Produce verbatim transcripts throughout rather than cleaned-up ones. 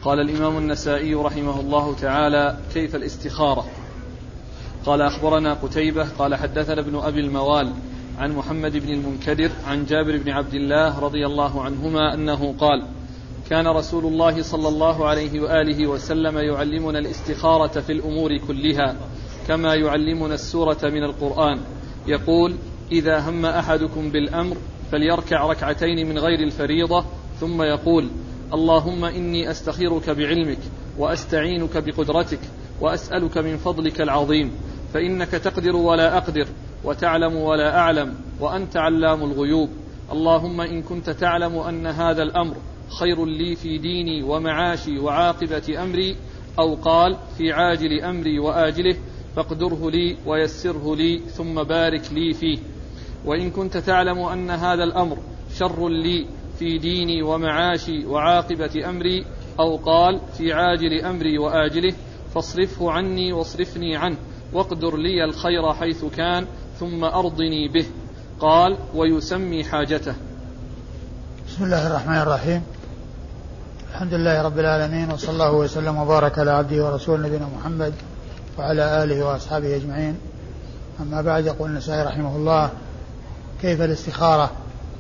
قال الإمام النسائي رحمه الله تعالى: كيف الاستخارة؟ قال: أخبرنا قتيبة قال حدثنا ابن أبي الموال عن محمد بن المنكدر عن جابر بن عبد الله رضي الله عنهما أنه قال: كان رسول الله صلى الله عليه وآله وسلم يعلمنا الاستخارة في الأمور كلها كما يعلمنا السورة من القرآن. يقول: إذا هم أحدكم بالأمر فليركع ركعتين من غير الفريضة، ثم يقول: اللهم إني أستخيرك بعلمك وأستعينك بقدرتك وأسألك من فضلك العظيم، فإنك تقدر ولا أقدر وتعلم ولا أعلم وأنت علام الغيوب. اللهم إن كنت تعلم أن هذا الأمر خير لي في ديني ومعاشي وعاقبة أمري، أو قال في عاجل أمري وآجله، فاقدره لي ويسره لي ثم بارك لي فيه. وإن كنت تعلم أن هذا الأمر شر لي في ديني ومعاشي وعاقبة أمري، أو قال في عاجل أمري وآجله، فاصرفه عني واصرفني عنه، واقدر لي الخير حيث كان ثم أرضني به. قال: ويسمي حاجته. بسم الله الرحمن الرحيم. الحمد لله رب العالمين، وصلى الله وسلم وبارك على عبده ورسوله نبينا محمد وعلى آله وأصحابه أجمعين. أما بعد، يقول النسائي رحمه الله: كيف الاستخارة؟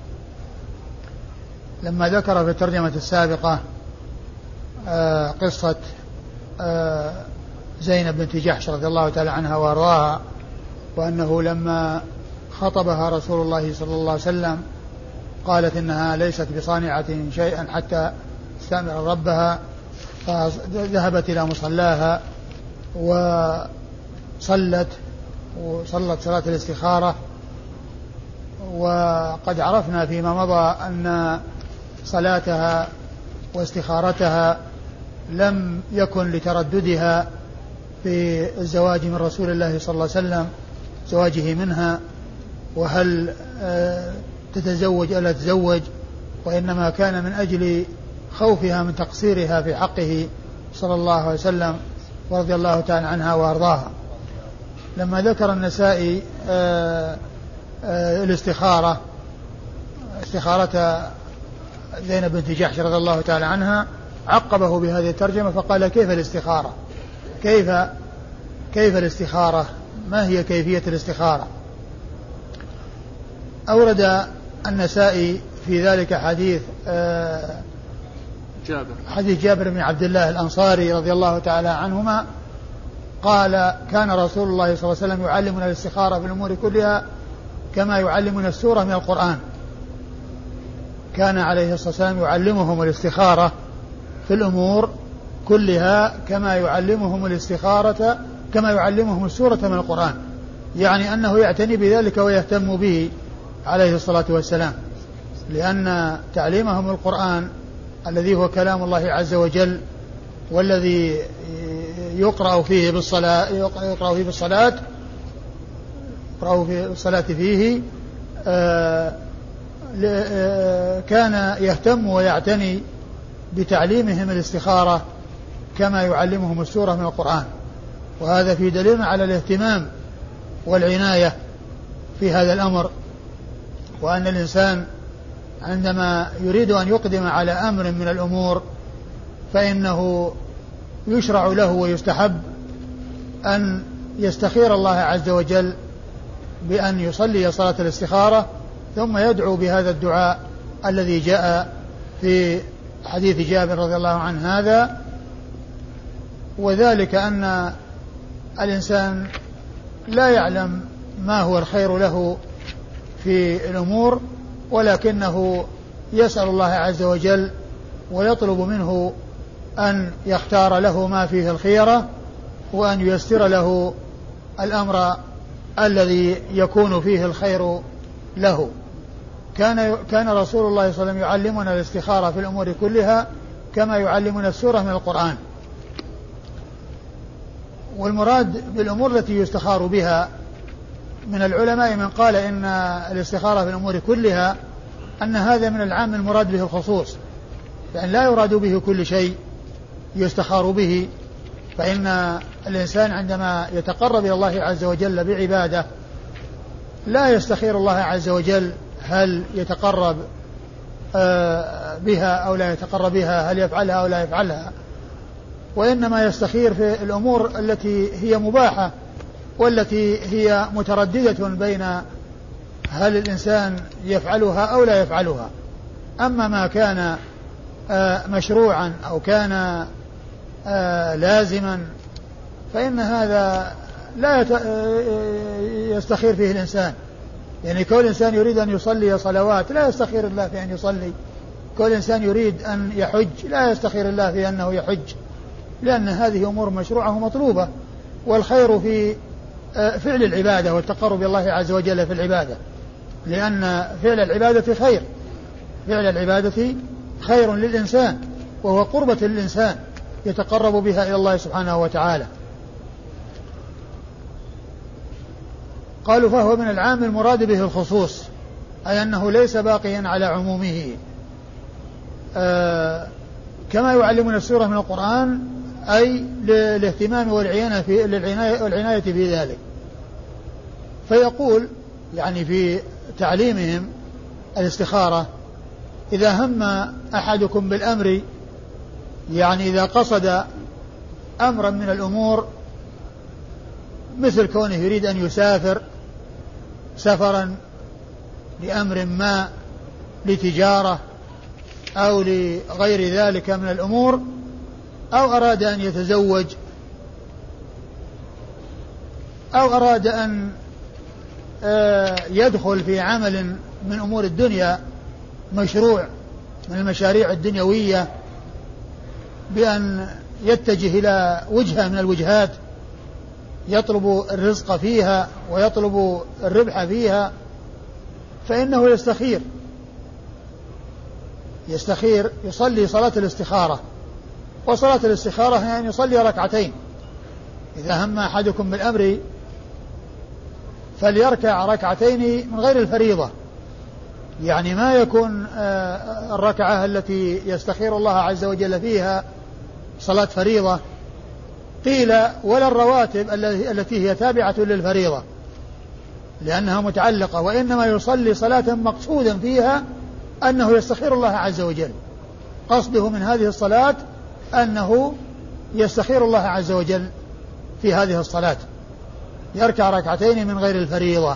لما ذكر في الترجمة السابقة آه قصة آه زينب بنت جحش رضي الله تعالى عنها وارضاها، وأنه لما خطبها رسول الله صلى الله عليه وسلم قالت إنها ليست بصانعة شيئا حتى استأمر ربها، فذهبت إلى مصلاها وصلت وصلت صلاة الاستخارة. وقد عرفنا فيما مضى أن صلاتها واستخارتها لم يكن لترددها في الزواج من رسول الله صلى الله عليه وسلم، زواجه منها، وهل تتزوج أو لا تتزوج، وإنما كان من أجل خوفها من تقصيرها في حقه صلى الله عليه وسلم ورضي الله تعالى عنها وأرضاها. لما ذكر النسائي الاستخارة استخارة زينب بنت جحش رضي الله تعالى عنها، عقبه بهذه الترجمة فقال: كيف الاستخارة؟ كيف كيف الاستخارة؟ ما هي كيفية الاستخارة؟ أورد النسائي في ذلك حديث جابر حديث جابر بن عبد الله الأنصاري رضي الله تعالى عنهما قال: كان رسول الله صلى الله عليه وسلم يعلمنا الاستخارة في الأمور كلها كما يعلمنا السورة من القرآن. كان عليه الصلاة والسلام يعلمهم الاستخارة في الأمور كلها كما يعلمهم الاستخارة كما يعلمهم السورة من القرآن، يعني أنه يعتني بذلك ويهتم به عليه الصلاة والسلام، لأن تعليمهم القرآن الذي هو كلام الله عز وجل، والذي يقرأ فيه بالصلاة يقرأ فيه بالصلاة يقرأ في الصلاة فيه كان يهتم ويعتني بتعليمهم الاستخارة كما يعلمهم السورة من القرآن. وهذا في دليل على الاهتمام والعناية في هذا الأمر، وأن الإنسان عندما يريد أن يقدم على أمر من الأمور فإنه يشرع له ويستحب أن يستخير الله عز وجل بأن يصلي صلاة الاستخارة، ثم يدعو بهذا الدعاء الذي جاء في حديث جابر رضي الله عنه هذا. وذلك أن الإنسان لا يعلم ما هو الخير له في الأمور، ولكنه يسأل الله عز وجل ويطلب منه أن يختار له ما فيه الخيرة، وأن ييسر له الأمر الذي يكون فيه الخير له. كان كان رسول الله صلى الله عليه وسلم يعلمنا الاستخارة في الأمور كلها كما يعلمنا السورة من القرآن. والمراد بالأمور التي يستخار بها من العلماء من قال إن الاستخارة في الأمور كلها أن هذا من العام المراد به الخصوص، يعني لا يراد به كل شيء يستخار به، فإن الإنسان عندما يتقرب إلى الله عز وجل بعبادة لا يستخير الله عز وجل هل يتقرب بها أو لا يتقرب بها، هل يفعلها أو لا يفعلها، وإنما يستخير في الأمور التي هي مباحة والتي هي مترددة بين هل الإنسان يفعلها أو لا يفعلها. أما ما كان مشروعا أو كان لازما فإن هذا لا يستخير فيه الإنسان. يعني كل إنسان يريد أن يصلي صلوات لا يستخير الله في أن يصلي، كل إنسان يريد أن يحج لا يستخير الله في أنه يحج، لأن هذه أمور مشروعة ومطلوبة، والخير في فعل العبادة والتقرب الله عز وجل في العبادة، لأن فعل العبادة خير، فعل العبادة خير للإنسان وهو قربة للإنسان يتقرب بها إلى الله سبحانه وتعالى. قالوا فهو من العام المراد به الخصوص، أي أنه ليس باقيا على عمومه، آه كما يعلمنا السورة من القرآن، أي للاهتمام والعناية في, والعناية في ذلك. فيقول يعني في تعليمهم الاستخارة: إذا هم أحدكم بالأمر، يعني إذا قصد أمرا من الأمور مثل كونه يريد أن يسافر سفرا لأمر ما، لتجارة أو لغير ذلك من الأمور، أو أراد أن يتزوج، أو أراد أن يدخل في عمل من أمور الدنيا مشروع من المشاريع الدنيوية بأن يتجه إلى وجهة من الوجهات يطلب الرزق فيها ويطلب الربح فيها، فإنه يستخير يستخير يصلي صلاة الاستخارة. وصلاة الاستخارة يعني يصلي ركعتين. إذا هم أحدكم بالأمر فليركع ركعتين من غير الفريضة، يعني ما يكون الركعة التي يستخير الله عز وجل فيها صلاة فريضة، قيل ولا الرواتب التي هي تابعة للفريضة لأنها متعلقة، وإنما يصلي صلاة مقصودا فيها أنه يستخير الله عز وجل، قصده من هذه الصلاة أنه يستخير الله عز وجل في هذه الصلاة، يركع ركعتين من غير الفريضة،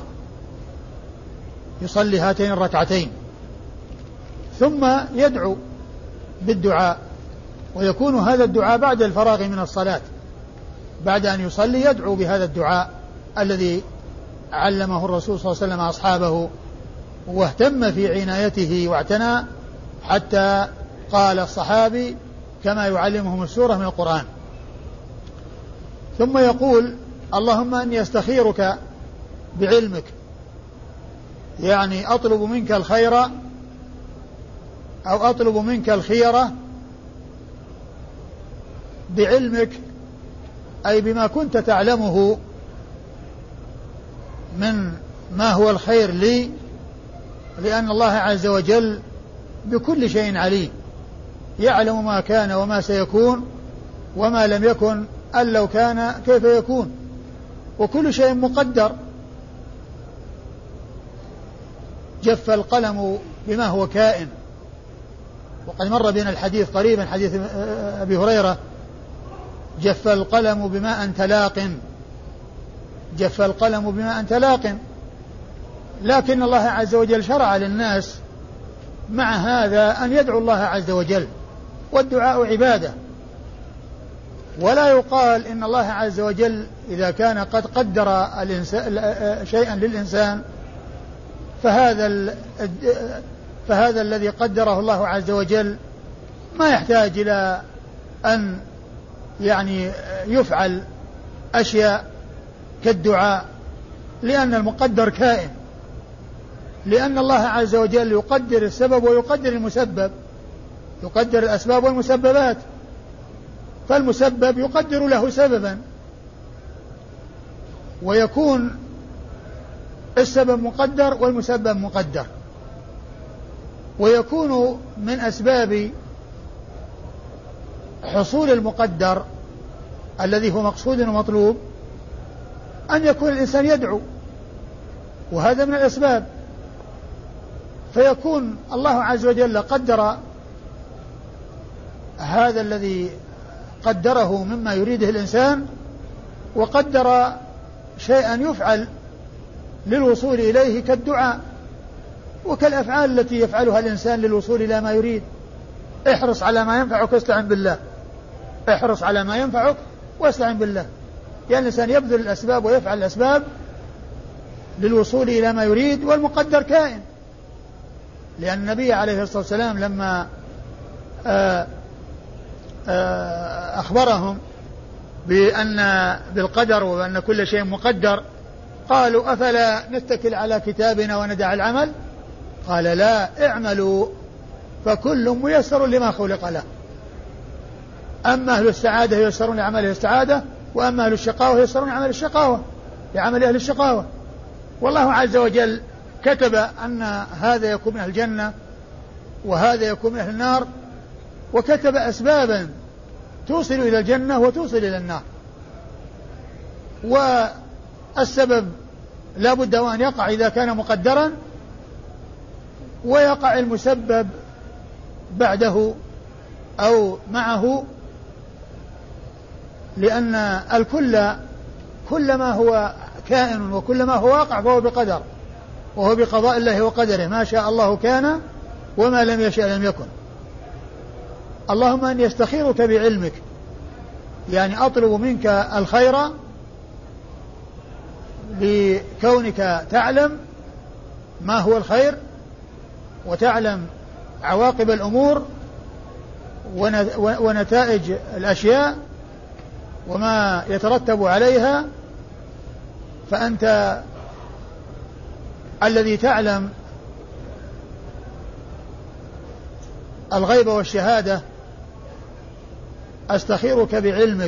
يصلي هاتين الركعتين ثم يدعو بالدعاء، ويكون هذا الدعاء بعد الفراغ من الصلاة، بعد أن يصلي يدعو بهذا الدعاء الذي علمه الرسول صلى الله عليه وسلم أصحابه واهتم في عنايته واعتنى، حتى قال الصحابي كما يعلمهم السورة من القرآن. ثم يقول: اللهم أني أستخيرك بعلمك، يعني أطلب منك الخير أو أطلب منك الخيرة بعلمك، أي بما كنت تعلمه من ما هو الخير لي، لأن الله عز وجل بكل شيء عليم، يعلم ما كان وما سيكون وما لم يكن أن لو كان كيف يكون، وكل شيء مقدر. جف القلم بما هو كائن، وقد مر بنا الحديث قريبا حديث أبي هريرة: جف القلم بما أنت لاق، جف القلم بما أنت لاق. لكن الله عز وجل شرع للناس مع هذا أن يدعو الله عز وجل، والدعاء عبادة، ولا يقال إن الله عز وجل إذا كان قد قدر شيئا للإنسان فهذا فهذا الذي قدره الله عز وجل ما يحتاج إلى أن يعني يفعل أشياء كالدعاء، لأن المقدر كائن، لأن الله عز وجل يقدر السبب ويقدر المسبب، يقدر الأسباب والمسببات، فالمسبب يقدر له سببا، ويكون السبب مقدر والمسبب مقدر، ويكون من أسباب حصول المقدر الذي هو مقصود ومطلوب أن يكون الإنسان يدعو، وهذا من الأسباب، فيكون الله عز وجل قدر هذا الذي قدره مما يريده الإنسان، وقدر شيئا يفعل للوصول إليه كالدعاء وكالأفعال التي يفعلها الإنسان للوصول إلى ما يريد. احرص على ما ينفعك واستعن بالله، احرص على ما ينفعك واستعن بالله. يعني الإنسان يبذل الأسباب ويفعل الأسباب للوصول إلى ما يريد، والمقدر كائن. لأن النبي عليه الصلاة والسلام لما آآ آآ أخبرهم بأن بالقدر وأن كل شيء مقدر قالوا أفلا نتكل على كتابنا وندع العمل؟ قال لا، اعملوا فكل ميسر لما خلق له. أما أهل السعادة ييسرون لعمل السعادة، وأما أهل الشقاوة ييسرون لعمل الشقاوة لعمل أهل الشقاوة. والله عز وجل كتب أن هذا يكون من أهل الجنة وهذا يكون من أهل النار، وكتب أسبابا توصل إلى الجنة وتوصل إلى النار. والسبب لا بد وأن يقع إذا كان مقدرا، ويقع المسبب بعده أو معه، لأن الكل كل ما هو كائن وكل ما هو واقع فهو بقدر، وهو بقضاء الله وقدره. ما شاء الله كان وما لم يشاء لم يكن. اللهم أن يستخيرك بعلمك، يعني أطلب منك الخير لكونك تعلم ما هو الخير وتعلم عواقب الأمور ونتائج الأشياء وما يترتب عليها، فأنت الذي تعلم الغيب والشهادة. أستخيرك بعلمك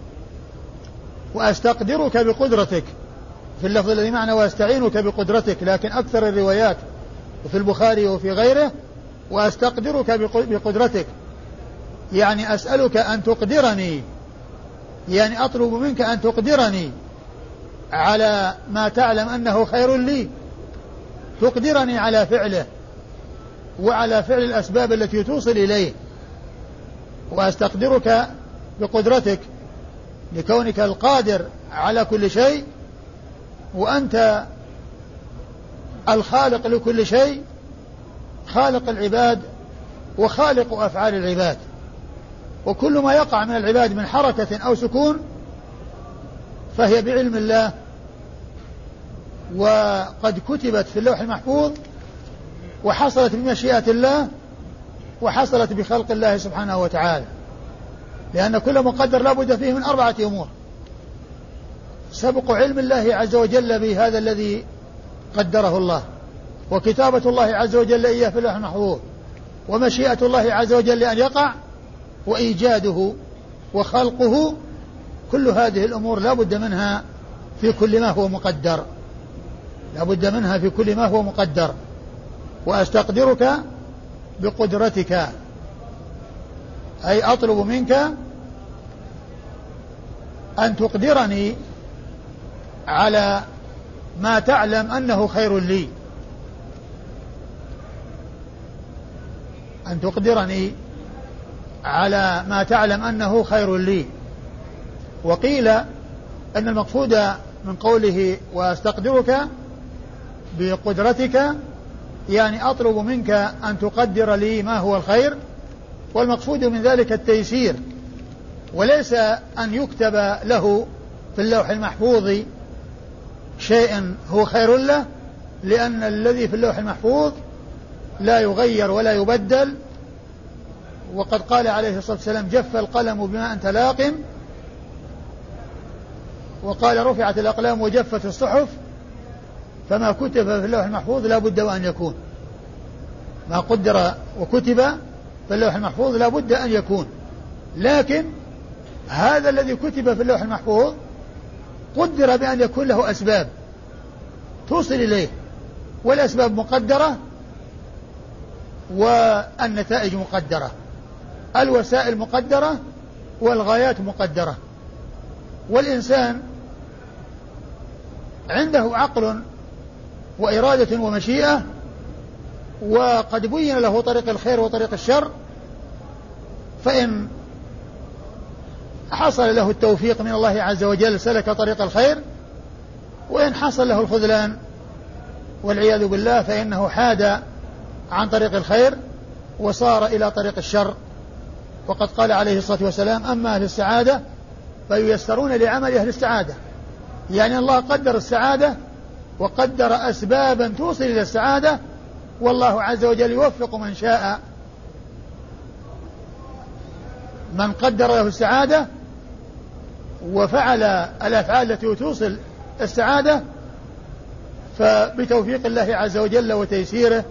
وأستقدرك بقدرتك، في اللفظ الذي معنى وأستعينك بقدرتك، لكن أكثر الروايات وفي البخاري وفي غيره وأستقدرك بقدرتك، يعني أسألك أن تقدرني، يعني أطلب منك أن تقدرني على ما تعلم أنه خير لي، تقدرني على فعله وعلى فعل الأسباب التي توصل إليه. وأستقدرك بقدرتك لكونك القادر على كل شيء، وأنت الخالق لكل شيء، خالق العباد وخالق أفعال العباد. وكل ما يقع من العباد من حركة أو سكون فهي بعلم الله، وقد كتبت في اللوح المحفوظ، وحصلت بمشيئة الله، وحصلت بخلق الله سبحانه وتعالى. لأن كل مقدر لا بد فيه من أربعة أمور: سبق علم الله عز وجل بهذا الذي قدره الله، وكتابة الله عز وجل إياه في اللوح المحفوظ، ومشيئة الله عز وجل أن يقع، وإيجاده وخلقه. كل هذه الأمور لا بد منها في كل ما هو مقدر، لا بد منها في كل ما هو مقدر. وأستقدرك بقدرتك، أي أطلب منك أن تقدرني على ما تعلم أنه خير لي، أن تقدرني على ما تعلم أنه خير لي. وقيل أن المقصود من قوله وأستقدرك بقدرتك يعني أطلب منك أن تقدر لي ما هو الخير، والمقصود من ذلك التيسير، وليس أن يكتب له في اللوح المحفوظ شيء هو خير له، لأن الذي في اللوح المحفوظ لا يغير ولا يبدل. وقد قال عليه الصلاة والسلام: جف القلم بما أنت لاقم، وقال: رفعت الأقلام وجفت الصحف. فما كتب في اللوح المحفوظ لا بد وأن يكون، ما قدر وكتب في اللوح المحفوظ لا بد أن يكون. لكن هذا الذي كتب في اللوح المحفوظ قدر بأن يكون له أسباب توصل إليه، والأسباب مقدرة والنتائج مقدرة، الوسائل مقدرة والغايات مقدرة. والإنسان عنده عقل وإرادة ومشيئة، وقد بين له طريق الخير وطريق الشر، فإن حصل له التوفيق من الله عز وجل سلك طريق الخير، وإن حصل له الخذلان والعياذ بالله فإنه حاد عن طريق الخير وصار إلى طريق الشر. وقد قال عليه الصلاة والسلام: أما أهل السعادة فييسرون لعمل أهل السعادة. يعني الله قدر السعادة وقدر أسبابا توصل إلى السعادة، والله عز وجل يوفق من شاء، من قدر له السعادة وفعل الأفعال التي توصل السعادة فبتوفيق الله عز وجل وتيسيره.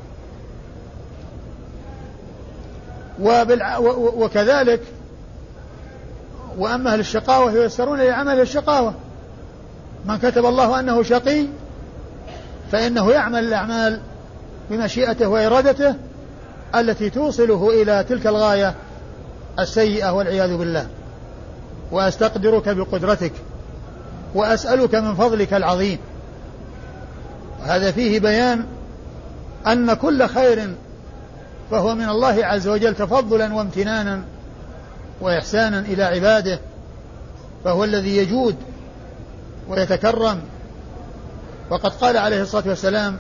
وبالع... وكذلك وأما أهل الشقاوة ييسرون لعمل الشقاوة. من كتب الله أنه شقي فإنه يعمل الأعمال بمشيئته وإرادته التي توصله إلى تلك الغاية السيئة والعياذ بالله. وأستقدرك بقدرتك وأسألك من فضلك العظيم. وهذا فيه بيان أن كل خير فهو من الله عز وجل تفضلا وامتنانا وإحسانا إلى عباده، فهو الذي يجود ويتكرم. وقد قال عليه الصلاة والسلام: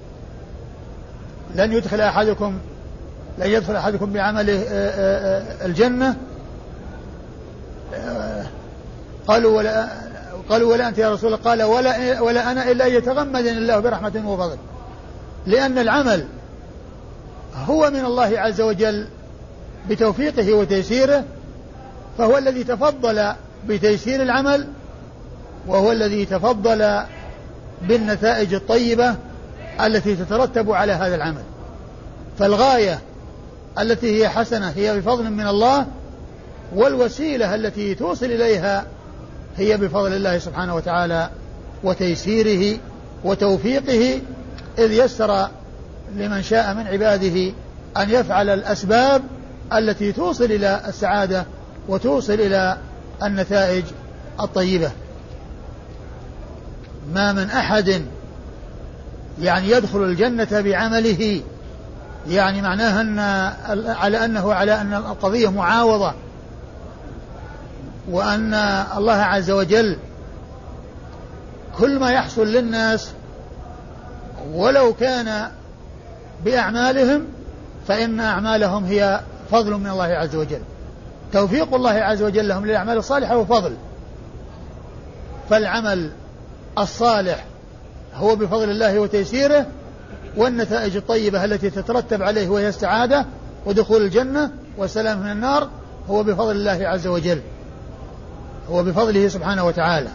لن يدخل أحدكم لن يدخل أحدكم بعمله الجنة. قالوا ولا قالوا ولا أنت يا رسول الله؟ قال: ولا, ولا أنا إلا يتغمدني الله برحمة وفضل. لأن العمل هو من الله عز وجل بتوفيقه وتيسيره، فهو الذي تفضل بتيسير العمل، وهو الذي تفضل بالنتائج الطيبة التي تترتب على هذا العمل. فالغاية التي هي حسنة هي بفضل من الله، والوسيلة التي توصل إليها هي بفضل الله سبحانه وتعالى وتيسيره وتوفيقه، إذ يسر لمن شاء من عباده أن يفعل الأسباب التي توصل إلى السعادة وتوصل إلى النتائج الطيبة. ما من أحد يعني يدخل الجنة بعمله، يعني معناها أن على أنه على أن القضية معاوضة، وأن الله عز وجل كل ما يحصل للناس ولو كان بأعمالهم فإن أعمالهم هي فضل من الله عز وجل. توفيق الله عز وجل لهم للأعمال الصالحة وفضل. فالعمل الصالح هو بفضل الله وتيسيره، والنتائج الطيبة التي تترتب عليه وهي السعادة ودخول الجنة والسلام من النار هو بفضل الله عز وجل، هو بفضله سبحانه وتعالى.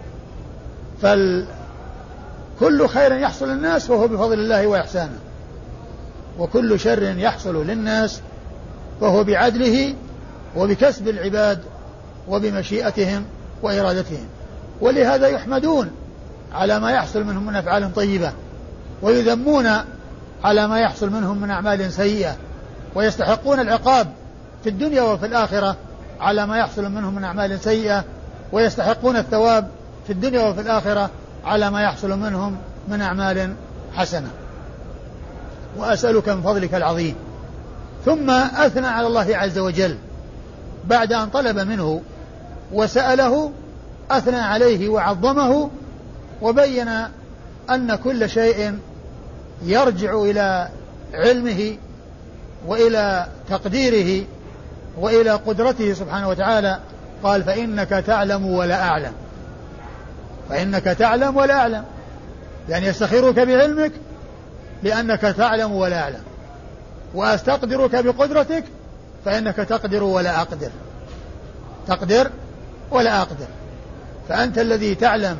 فكل خير يحصل للناس فهو بفضل الله وإحسانه، وكل شر يحصل للناس فهو بعدله وبكسب العباد وبمشيئتهم وإرادتهم. ولهذا يحمدون على ما يحصل منهم من أفعال طيبة، ويذمون على ما يحصل منهم من أعمال سيئة، ويستحقون العقاب في الدنيا وفي الآخرة على ما يحصل منهم من أعمال سيئة، ويستحقون الثواب في الدنيا وفي الآخرة على ما يحصل منهم من أعمال حسنة. وأسألك من فضلك العظيم. ثم أثنى على الله عز وجل بعد أن طلب منه وسأله، أثنى عليه وعظمه، وبين أن كل شيء يرجع إلى علمه وإلى تقديره وإلى قدرته سبحانه وتعالى. قال: فإنك تعلم ولا أعلم. فإنك تعلم ولا أعلم، يعني يستخيرك بعلمك لأنك تعلم ولا أعلم، وأستقدرك بقدرتك فإنك تقدر ولا أقدر، تقدر ولا أقدر. فأنت الذي تعلم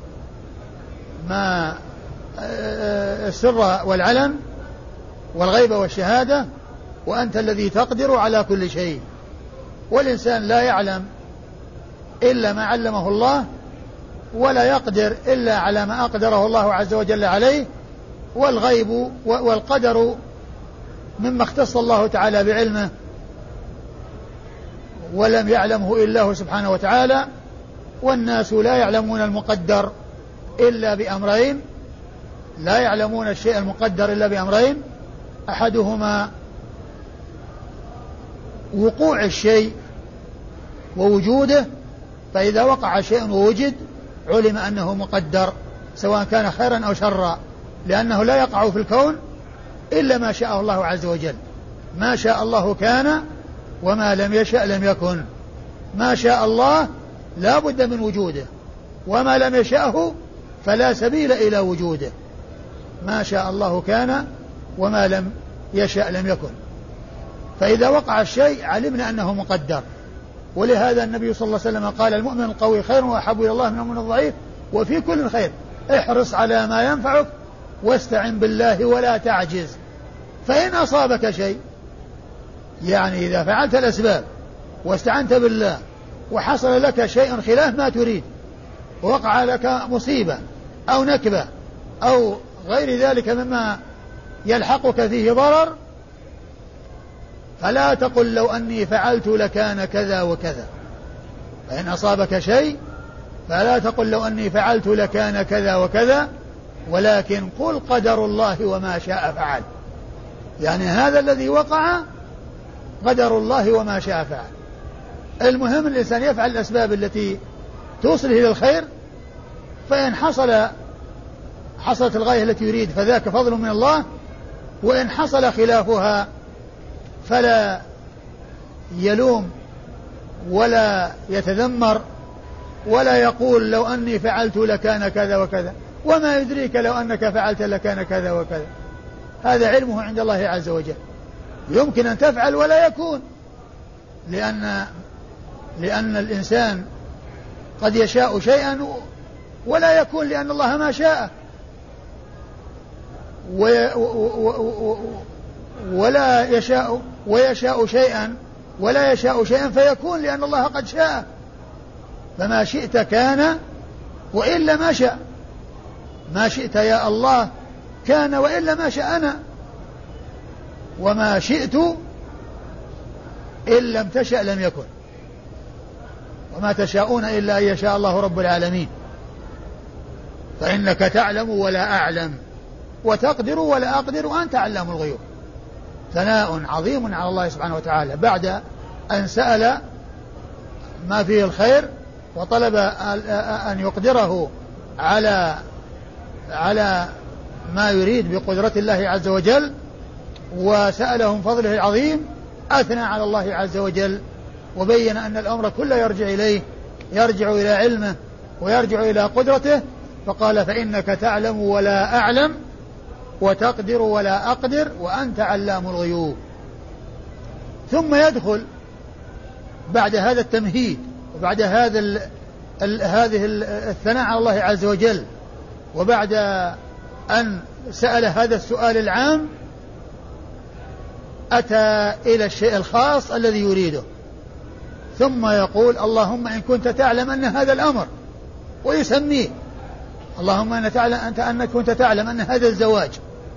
ما السر والعلن والغيب والشهادة، وأنت الذي تقدر على كل شيء. والإنسان لا يعلم إلا ما علمه الله، ولا يقدر إلا على ما أقدره الله عز وجل عليه. والغيب والقدر مما اختص الله تعالى بعلمه ولم يعلمه إلا هو سبحانه وتعالى. والناس لا يعلمون المقدر إلا بأمرين، لا يعلمون الشيء المقدر إلا بأمرين: أحدهما وقوع الشيء ووجوده، فإذا وقع شيء ووجد علم أنه مقدر سواء كان خيرا أو شرا، لأنه لا يقع في الكون إلا ما شاء الله عز وجل. ما شاء الله كان وما لم يشأ لم يكن. ما شاء الله لا بد من وجوده، وما لم يشأه فلا سبيل إلى وجوده. ما شاء الله كان وما لم يشأ لم يكن. فإذا وقع الشيء علمنا أنه مقدر. ولهذا النبي صلى الله عليه وسلم قال المؤمن القوي خير وأحب إلى الله من المؤمن الضعيف وفي كل خير. احرص على ما ينفعك واستعن بالله ولا تعجز. فإن أصابك شيء، يعني إذا فعلت الأسباب واستعنت بالله وحصل لك شيء خلاف ما تريد، ووقع لك مصيبة أو نكبة أو غير ذلك مما يلحقك فيه ضرر، فلا تقل لو أني فعلت لكان كذا وكذا. فإن أصابك شيء فلا تقل لو أني فعلت لكان كذا وكذا، ولكن قل قدر الله وما شاء فعل. يعني هذا الذي وقع قدر الله وما شاء فعل. المهم الإنسان يفعل الأسباب التي توصله إلى الخير، فإن حصل حصلت الغاية التي يريد فذاك فضل من الله، وإن حصل خلافها فلا يلوم ولا يتذمر ولا يقول لو أني فعلت لكان كذا وكذا، وما يدريك لو أنك فعلت لكان كذا وكذا. هذا علمه عند الله عز وجل. يمكن أن تفعل ولا يكون، لأن لأن الإنسان قد يشاء شيئا ولا يكون لأن الله ما شاء، ولا يشاء ويشاء شيئا ولا يشاء شيئا فيكون لأن الله قد شاء. فما شئت كان وإلا ما شاء. ما شئت يا الله كان وإلا ما شاء أنا، وما شئت إن لم تشأ لم يكن، وما تشاءون إلا أن يشاء الله رب العالمين. فإنك تعلم ولا أعلم وتقدر ولا أقدر وأنت علام الغيوب. ثناء عظيم على الله سبحانه وتعالى بعد أن سأل ما فيه الخير وطلب أن يقدره على على ما يريد بقدرة الله عز وجل، وسألهم فضله العظيم، أثنى على الله عز وجل وبين أن الأمر كله يرجع إليه، يرجع إلى علمه ويرجع إلى قدرته. فقال فإنك تعلم ولا أعلم وتقدر ولا أقدر وأنت علام الغيوب. ثم يدخل بعد هذا التمهيد وبعد هذا ال ال هذه الثناء على الله عز وجل، وبعد أن سأل هذا السؤال العام، أتى إلى الشيء الخاص الذي يريده، ثم يقول اللهم إن كنت تعلم أن هذا الأمر، ويسميه اللهم أن تعلم أنت أنك كنت تعلم أن هذا الزواج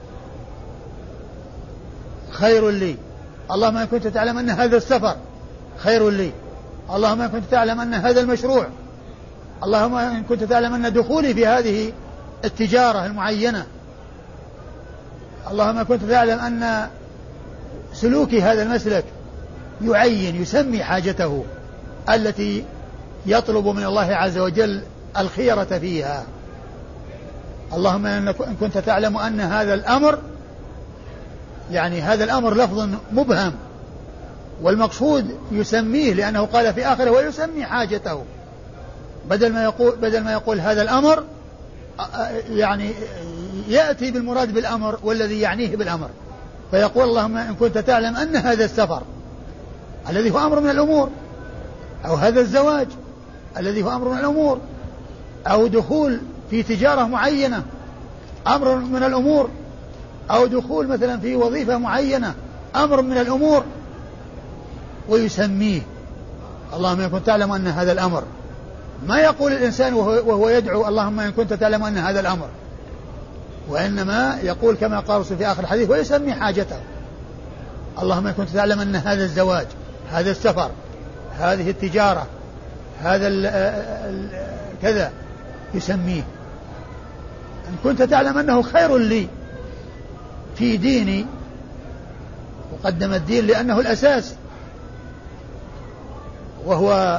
خير لي، اللهم إن كنت تعلم أن هذا السفر خير لي، اللهم إن كنت تعلم أن هذا المشروع، اللهم إن كنت تعلم أن دخولي في هذه التجارة المعينة، اللهم إن كنت تعلم أن سلوكي هذا المسلك، يعين يسمي حاجته التي يطلب من الله عز وجل الخيرة فيها. اللهم إن كنت تعلم أن هذا الأمر، يعني هذا الأمر لفظ مبهم، والمقصود يسميه لأنه قال في آخره ويسمي حاجته، بدل ما يقول بدل ما يقول هذا الأمر يعني يأتي بالمراد بالأمر والذي يعنيه بالأمر، فيقول اللهم إن كنت تعلم أن هذا السفر الذي هو أمر من الأمور، أو هذا الزواج الذي هو أمر من الأمور، أو دخول في تجارة معينة أمر من الأمور، أو دخول مثلا في وظيفة معينة أمر من الأمور، ويسميه اللهم إن كنت تعلم أن هذا الأمر. ما يقول الإنسان وهو يدعو اللهم إن كنت تعلم أن هذا الأمر، وإنما يقول كما قال في آخر الحديث ويسمي حاجته، اللهم إن كنت تعلم أن هذا الزواج، هذا السفر، هذه التجارة، هذا ال ال كذا، يسميه. إن كنت تعلم أنه خير لي في ديني، وقدم الدين لأنه الأساس، وهو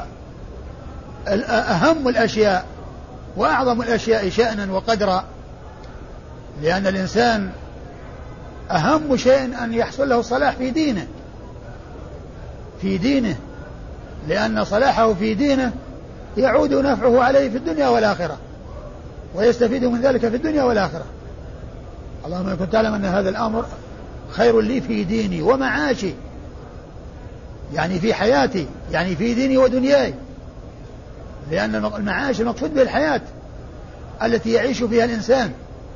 أهم الأشياء وأعظم الأشياء شأنا وقدرا، لأن الإنسان أهم شيء أن يحصل له الصلاح في دينه في دينه لأن صلاحه في دينه يعود نفعه عليه في الدنيا والآخرة، ويستفيد من ذلك في الدنيا والآخرة. اللهم إن كنت تعلم أن هذا الأمر خير لي في ديني ومعاشي، يعني في حياتي، يعني في ديني ودنياي، لأن المعاش المقصود به الحياة التي يعيش فيها الإنسان،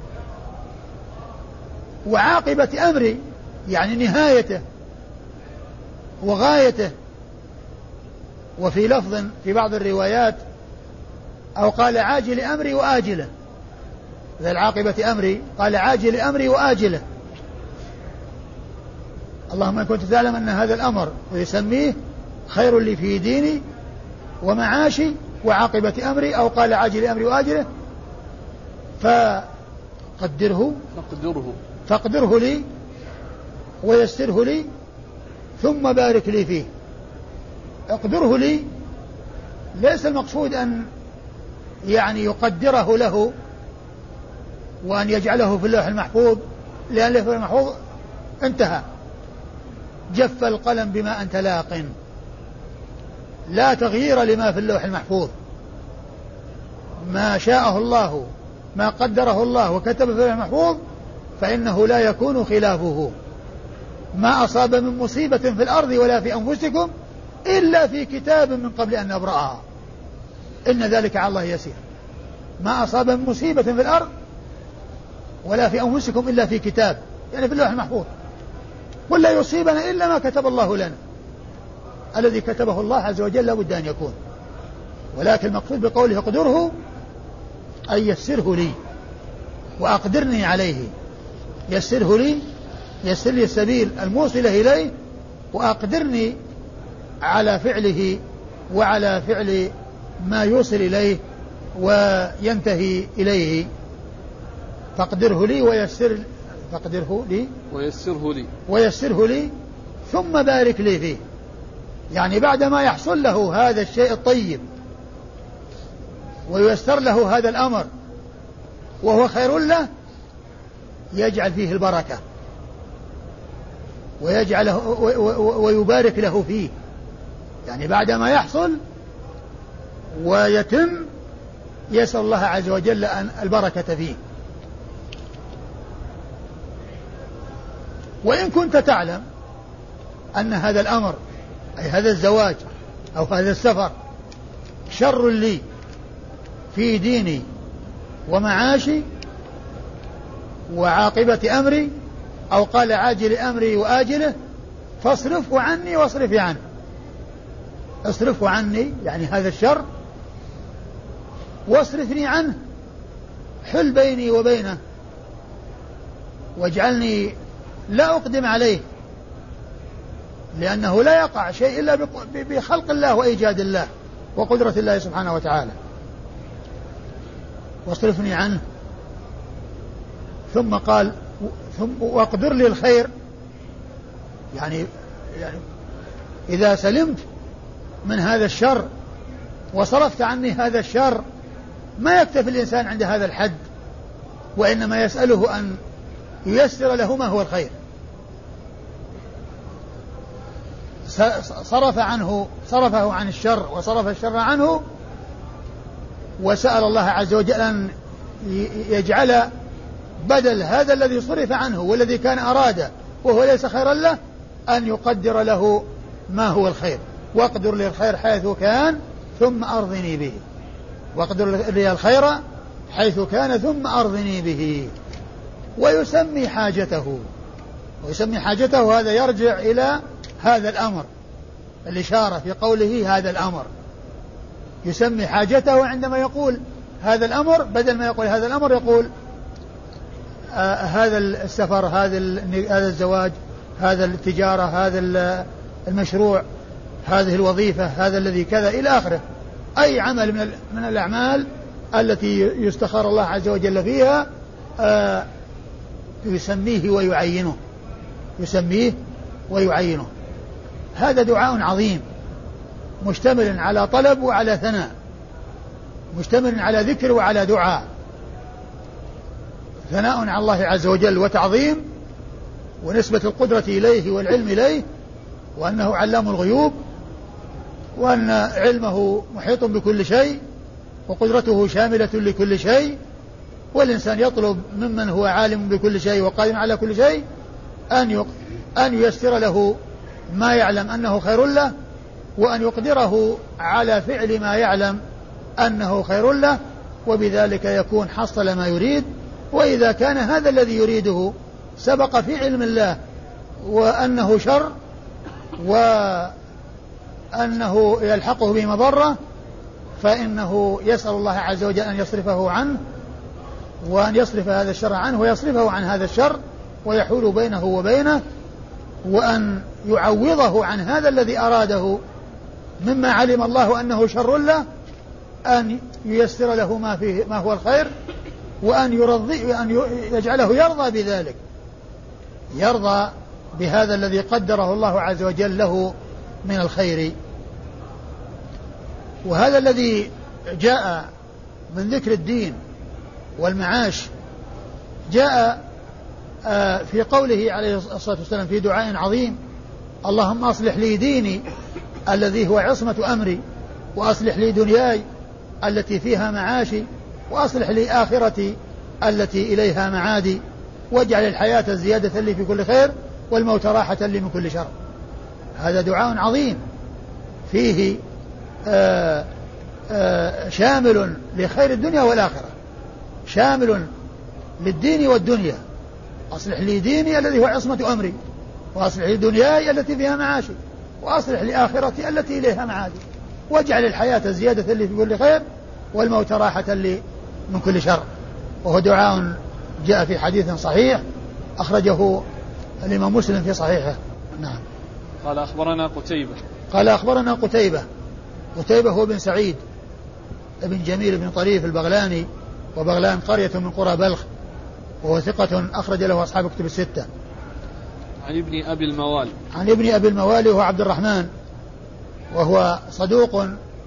وعاقبة أمري يعني نهايته وغايته. وفي لفظ في بعض الروايات أو قال عاجل أمري وآجله، ذا العاقبة أمري قال عاجل أمري وآجله. اللهم إن كنت تعلم أن هذا الأمر ويسميه خير لي في ديني ومعاشي وعاقبة أمري، أو قال عاجل أمري وآجله، فقدره فقدره فاقدره لي ويسره لي ثم بارك لي فيه. اقدره لي ليس المقصود أن يعني يقدره له وأن يجعله في اللوح المحفوظ، لأن اللوح المحفوظ انتهى، جف القلم بما أنت لاق، لا تغيير لما في اللوح المحفوظ. ما شاءه الله ما قدره الله وكتب في اللوح المحفوظ فإنه لا يكون خلافه. ما أصاب من مصيبة في الأرض ولا في أنفسكم إلا في كتاب من قبل أن نبرأها إن ذلك على الله يسير. ما أصاب من مصيبة في الأرض ولا في أنفسكم إلا في كتاب، يعني في اللوح المحفوظ، ولا يصيبنا إلا ما كتب الله لنا. الذي كتبه الله عز وجل لابد أن يكون، ولكن المقصود بقوله اقدره أي يسره لي وأقدرني عليه. يسره لي يسر لي السبيل الموصل إليه، وأقدرني على فعله وعلى فعل ما يوصل إليه وينتهي إليه. فاقدره لي ويسر فاقدره لي ويسره لي ويسره لي ثم بارك لي فيه، يعني بعدما يحصل له هذا الشيء الطيب وييسر له هذا الأمر وهو خير له، يجعل فيه البركة ويجعله ويبارك له فيه، يعني بعدما يحصل ويتم يسأل الله عز وجل أن البركة فيه. وإن كنت تعلم أن هذا الأمر أي هذا الزواج أو هذا السفر شر لي في ديني ومعاشي وعاقبة أمري، أو قال عاجل أمري وآجله، فاصرفه عني واصرفي عنه. اصرفه عني يعني هذا الشر، واصرفني عنه، حل بيني وبينه، واجعلني لا أقدم عليه، لأنه لا يقع شيء إلا بخلق الله وإيجاد الله وقدرة الله سبحانه وتعالى. واصرفني عنه، ثم قال ثم واقدر لي الخير، يعني, يعني إذا سلمت من هذا الشر وصرفت عني هذا الشر ما يكتفي الإنسان عند هذا الحد، وإنما يسأله أن ييسر له ما هو الخير. صرف عنه صرفه عن الشر وصرف الشر عنه، وسأل الله عز وجل أن يجعل بدل هذا الذي صرف عنه والذي كان أراده وهو ليس خيرا له أن يقدر له ما هو الخير. واقدر لي الخير حيث كان ثم أرضني به، واقدر لي الخير حيث كان ثم أرضني به. ويسمي حاجته ويسمي حاجته هذا يرجع إلى هذا الأمر، الإشارة في قوله هذا الأمر. يسمي حاجته عندما يقول هذا الأمر، بدل ما يقول هذا الأمر يقول آه هذا السفر، هذا هذا الزواج، هذا التجارة، هذا المشروع، هذه الوظيفة، هذا الذي كذا إلى آخره. أي عمل من من الأعمال التي يستخار الله عز وجل فيها آه يسميه ويعينه يسميه ويعينه. هذا دعاء عظيم مشتمل على طلب وعلى ثناء، مشتمل على ذكر وعلى دعاء، ثناء على الله عز وجل وتعظيم ونسبة القدرة إليه والعلم إليه، وأنه علام الغيوب، وأن علمه محيط بكل شيء، وقدرته شاملة لكل شيء. والإنسان يطلب ممن هو عالم بكل شيء وقادر على كل شيء أن أن ييسر له ما يعلم أنه خير له، وأن يقدره على فعل ما يعلم أنه خير له، وبذلك يكون حصل ما يريد. وإذا كان هذا الذي يريده سبق في علم الله وأنه شر وأنه يلحقه بمضرة، فإنه يسأل الله عز وجل أن يصرفه عنه، وأن يصرف هذا الشر عنه ويصرفه عن هذا الشر ويحول بينه وبينه، وأن يعوضه عن هذا الذي أراده مما علم الله أنه شر له، أن ييسر له ما فيه ما هو الخير، وأن يرضي أن يجعله يرضى بذلك، يرضى بهذا الذي قدره الله عز وجل له من الخير. وهذا الذي جاء من ذكر الدين والمعاش جاء في قوله عليه الصلاة والسلام في دعاء عظيم: اللهم أصلح لي ديني الذي هو عصمة أمري، وأصلح لي دنياي التي فيها معاشي، وأصلح لي آخرتي التي إليها معادي، واجعل الحياة زيادة لي في كل خير والموت راحة لي من كل شر. هذا دعاء عظيم فيه آآ آآ شامل لخير الدنيا والآخرة، شامل للدين والدنيا. أصلح لي ديني الذي هو عصمة أمري، وأصلح لي دنياي التي فيها معاشي، وأصلح لي آخرتي التي إليها معادي، واجعل الحياة زيادة لي في كل خير والموت راحة لي من كل شر. وهو دعاء جاء في حديث صحيح أخرجه الإمام مسلم في صحيحه. نعم. قال أخبرنا قتيبة قال أخبرنا قتيبة قتيبة هو بن سعيد ابن جميل بن طريف البغلاني، وبغلان قرية من قرى بلخ، وهو ثقة أخرج له أصحاب كتب الستة. عن ابن أبي الموال عن ابن أبي الموال وهو عبد الرحمن، وهو صدوق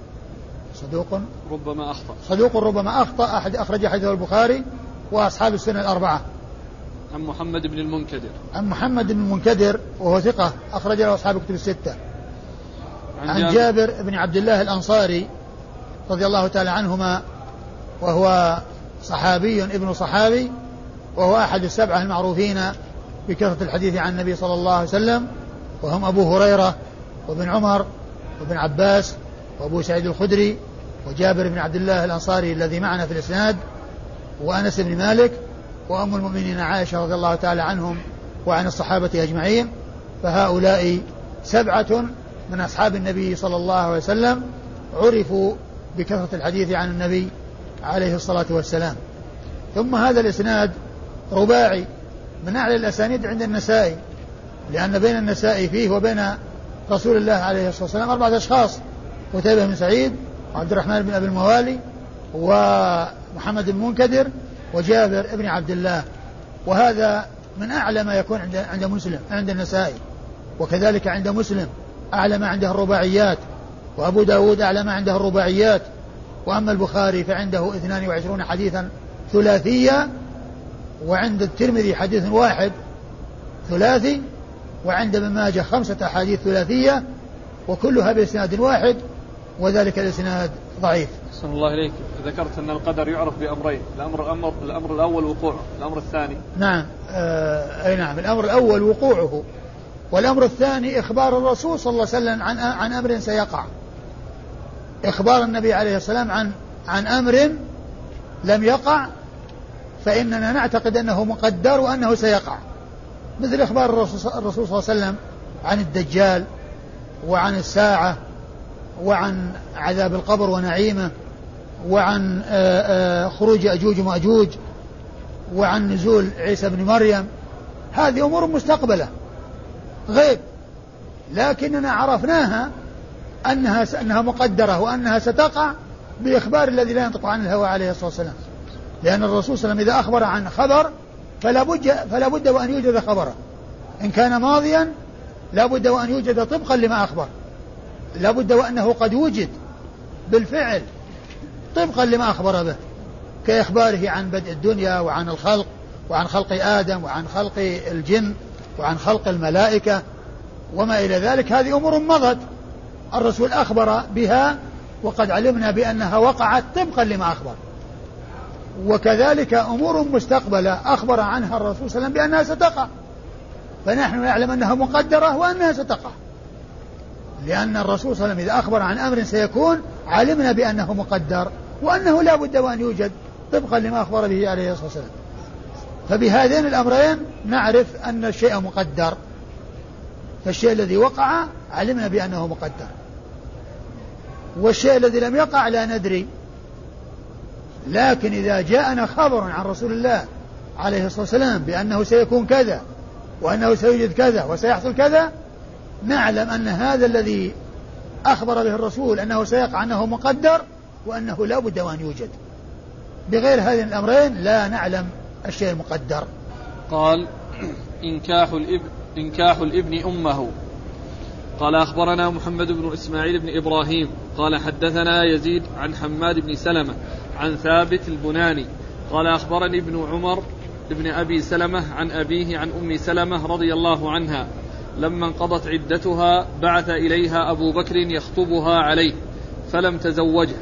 صدوق ربما أخطأ صدوق ربما أخطأ أحد أخرج حديثه البخاري وأصحاب السنة الأربعة. عن محمد بن المنكدر عن محمد بن المنكدر وهو ثقة أخرج له أصحاب كتب الستة. عن, عن جابر, جابر بن عبد الله الأنصاري رضي الله تعالى عنهما، وهو صحابي ابن صحابي، وهو أحد السبعة المعروفين بكثرة الحديث عن النبي صلى الله عليه وسلم، وهم أبو هريرة وابن عمر وابن عباس وأبو سعيد الخدري وجابر بن عبد الله الأنصاري الذي معنا في الإسناد، وأنس بن مالك، وأم المؤمنين عائشة رضي الله تعالى عنهم وعن الصحابة أجمعين. فهؤلاء سبعة من أصحاب النبي صلى الله عليه وسلم عرفوا بكثرة الحديث عن النبي عليه الصلاة والسلام. ثم هذا الإسناد رباعي من أعلى الأسانيد عند النسائي، لأن بين النسائي فيه وبين رسول الله عليه الصلاة والسلام أربعة أشخاص: قتيبة بن سعيد، وعبد الرحمن بن أبي الموالي، ومحمد بن منكدر، وجابر بن عبد الله. وهذا من أعلى ما يكون عند عند مسلم عند النسائي، وكذلك عند مسلم أعلى ما عنده الرباعيات، وأبو داود أعلى ما عنده الرباعيات. وأما البخاري فعنده اثنان وعشرون حديثا ثلاثية، وعند الترمذي حديث واحد ثلاثي، وعند ابن ماجه خمسة أحاديث ثلاثية، وكلها بإسناد واحد، وذلك الإسناد ضعيف. أحسن الله إليك. ذكرت أن القدر يعرف بأمرين: الأمر الأمر الأمر الأول وقوعه، الأمر الثاني نعم آه أي نعم الأمر الأول وقوعه، والأمر الثاني إخبار الرسول صلى الله عليه وسلم عن عن أمر سيقع، إخبار النبي عليه السلام عن عن أمر لم يقع، فإننا نعتقد أنه مقدر وأنه سيقع، مثل إخبار الرسول صلى الله عليه وسلم عن الدجال، وعن الساعة، وعن عذاب القبر ونعيمه، وعن خروج أجوج ومأجوج، وعن نزول عيسى بن مريم. هذه أمور مستقبلة غيب، لكننا عرفناها أنها أنها مقدرة وأنها ستقع بإخبار الذي لا ينطق عن الهوى عليه الصلاة والسلام، لأن الرسول صلى الله عليه وسلم إذا أخبر عن خبر فلا بد فلا بد وأن يوجد خبره، إن كان ماضيا لا بد وأن يوجد طبقا لما أخبر، لا بد وأنه قد وجد بالفعل طبقا لما أخبر به، كإخباره عن بدء الدنيا وعن الخلق وعن خلق آدم وعن خلق الجن وعن خلق الملائكة وما إلى ذلك. هذه أمور مضت الرسول أخبر بها وقد علمنا بأنها وقعت طبقا لما أخبر. وكذلك أمور مستقبلة أخبر عنها الرسول صلى الله عليه وسلم بأنها ستقع، فنحن نعلم أنها مقدرة وأنها ستقع، لأن الرسول صلى الله عليه وسلم إذا أخبر عن أمر سيكون علمنا بأنه مقدر وأنه لا بد وأن يوجد طبقا لما أخبر به عليه الصلاة والسلام. فبهذين الأمرين نعرف أن الشيء مقدر، فالشيء الذي وقع علمنا بأنه مقدر، والشيء الذي لم يقع لا ندري. لكن إذا جاءنا خبر عن رسول الله عليه الصلاة والسلام بأنه سيكون كذا وأنه سيوجد كذا وسيحصل كذا، نعلم أن هذا الذي أخبر به الرسول أنه سيقع أنه مقدر وأنه لا بد وأن يوجد. بغير هذين الأمرين لا نعلم الشيء المقدر. قال إنكاح الإبن, إنكاح الإبن أمه. قال أخبرنا محمد بن إسماعيل بن إبراهيم قال حدثنا يزيد عن حماد بن سلمة عن ثابت البناني قال أخبرني ابن عمر ابن أبي سلمة عن أبيه عن أم سلمة رضي الله عنها لما انقضت عدتها بعث إليها أبو بكر يخطبها عليه فلم تزوجه،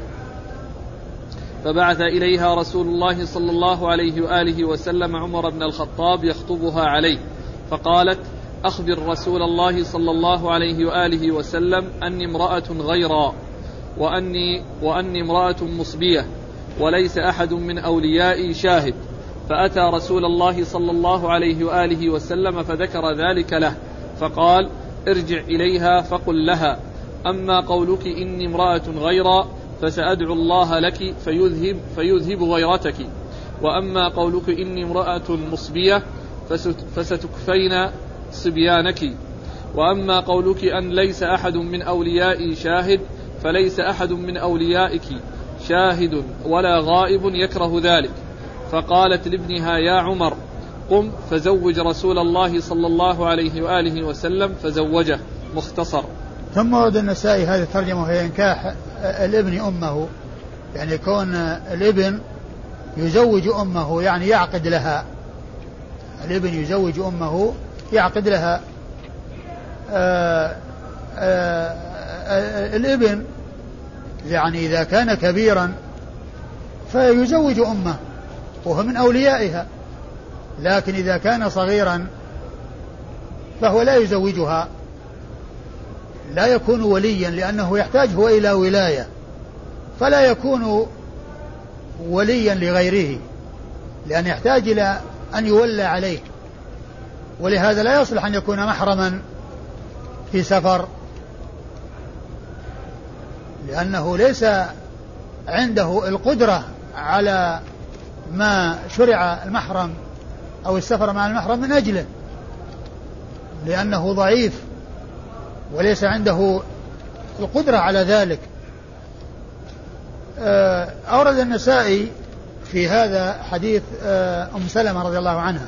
فبعث إليها رسول الله صلى الله عليه وآله وسلم عمر بن الخطاب يخطبها عليه، فقالت أخبر رسول الله صلى الله عليه وآله وسلم أني امرأة غيرا وأني, وأني امرأة مصبية وليس أحد من أوليائي شاهد. فأتى رسول الله صلى الله عليه وآله وسلم فذكر ذلك له، فقال ارجع إليها فقل لها أما قولك إني امرأة غيرا فسأدعو الله لك فيذهب, فيذهب غيرتك، وأما قولك إني امرأة مصبية فستكفين صبيانك، وأما قولك أن ليس أحد من أوليائي شاهد فليس أحد من أوليائك شاهد ولا غائب يكره ذلك. فقالت لابنها يا عمر قم فزوج رسول الله صلى الله عليه وآله وسلم فزوجه. مختصر. ثم ورد النسائي هذه الترجمة وهي إنكاح الابن أمه، يعني كون الابن يزوج أمه يعني يعقد لها، الابن يزوج أمه يعقد لها. آآ آآ الابن يعني إذا كان كبيرا فيزوج أمه وهو من أوليائها، لكن إذا كان صغيرا فهو لا يزوجها، لا يكون وليا لأنه يحتاج هو إلى ولاية، فلا يكون وليا لغيره لأن يحتاج إلى أن يولى عليه، ولهذا لا يصلح أن يكون محرما في سفر، لأنه ليس عنده القدرة على ما شرع المحرم أو السفر مع المحرم من أجله، لأنه ضعيف وليس عنده القدرة على ذلك. أورد النسائي في هذا حديث أم سلمة رضي الله عنها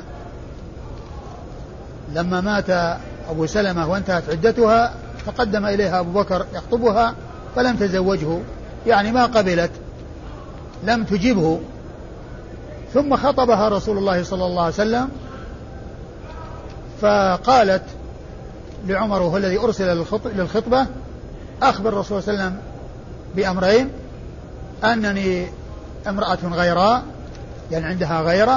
لما مات أبو سلمة وانتهت عدتها فقدم إليها أبو بكر يخطبها فلم تزوجه، يعني ما قبلت، لم تجبه، ثم خطبها رسول الله صلى الله عليه وسلم فقالت لعمر وهو الذي أرسل للخطبة أخبر الرسول صلى الله عليه وسلم بأمرين: أنني امرأة غيراء يعني عندها غيرة،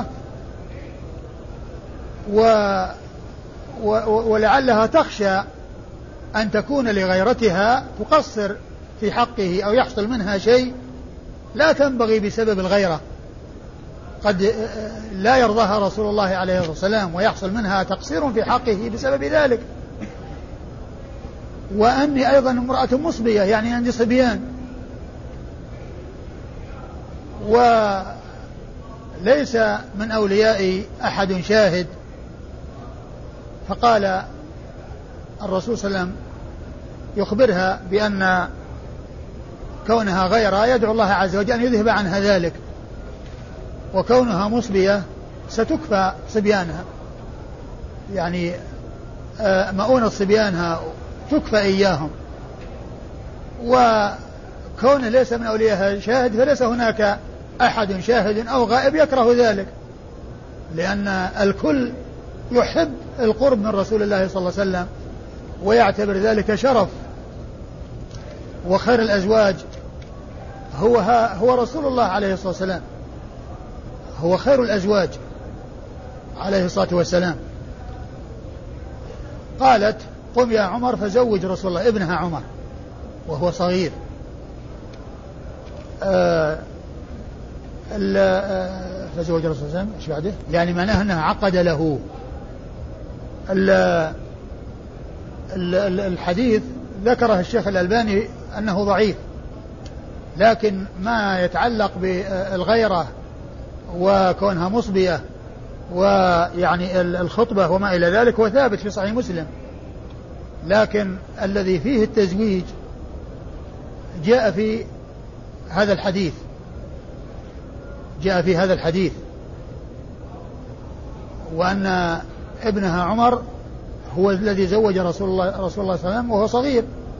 و و ولعلها تخشى أن تكون لغيرتها تقصر في حقه أو يحصل منها شيء لا تنبغي بسبب الغيرة، قد لا يرضاها رسول الله عليه الصلاة والسلام ويحصل منها تقصير في حقه بسبب ذلك. وأني أيضا امرأة مصبية يعني عندي صبيان وليس من أوليائي أحد شاهد. فقال الرسول صلى الله عليه وسلم يخبرها بأن كونها غيرها يدعو الله عز وجل أن يذهب عنها ذلك، وكونها مصبية ستكفى صبيانها، يعني مؤونة صبيانها تكفى إياهم، وكونه ليس من أوليائها شاهد فليس هناك أحد شاهد أو غائب يكره ذلك، لأن الكل يحب القرب من رسول الله صلى الله عليه وسلم ويعتبر ذلك شرف. وخير الأزواج هو هو رسول الله عليه الصلاة والسلام، هو خير الأزواج عليه الصلاة والسلام. قالت قم يا عمر فزوج رسول الله ابنها عمر وهو صغير. آه فزوج رسول الله ايش بعده؟ يعني معناه انها عقد له. الحديث ذكره الشيخ الألباني أنه ضعيف، لكن ما يتعلق بالغيرة وكونها مصبية ويعني الخطبة وما إلى ذلك هو ثابت في صحيح مسلم، لكن الذي فيه التزويج جاء في هذا الحديث جاء في هذا الحديث وأن ابنها عمر هو الذي زوج رسول الله رسول الله صلى الله عليه وسلم وهو صغير.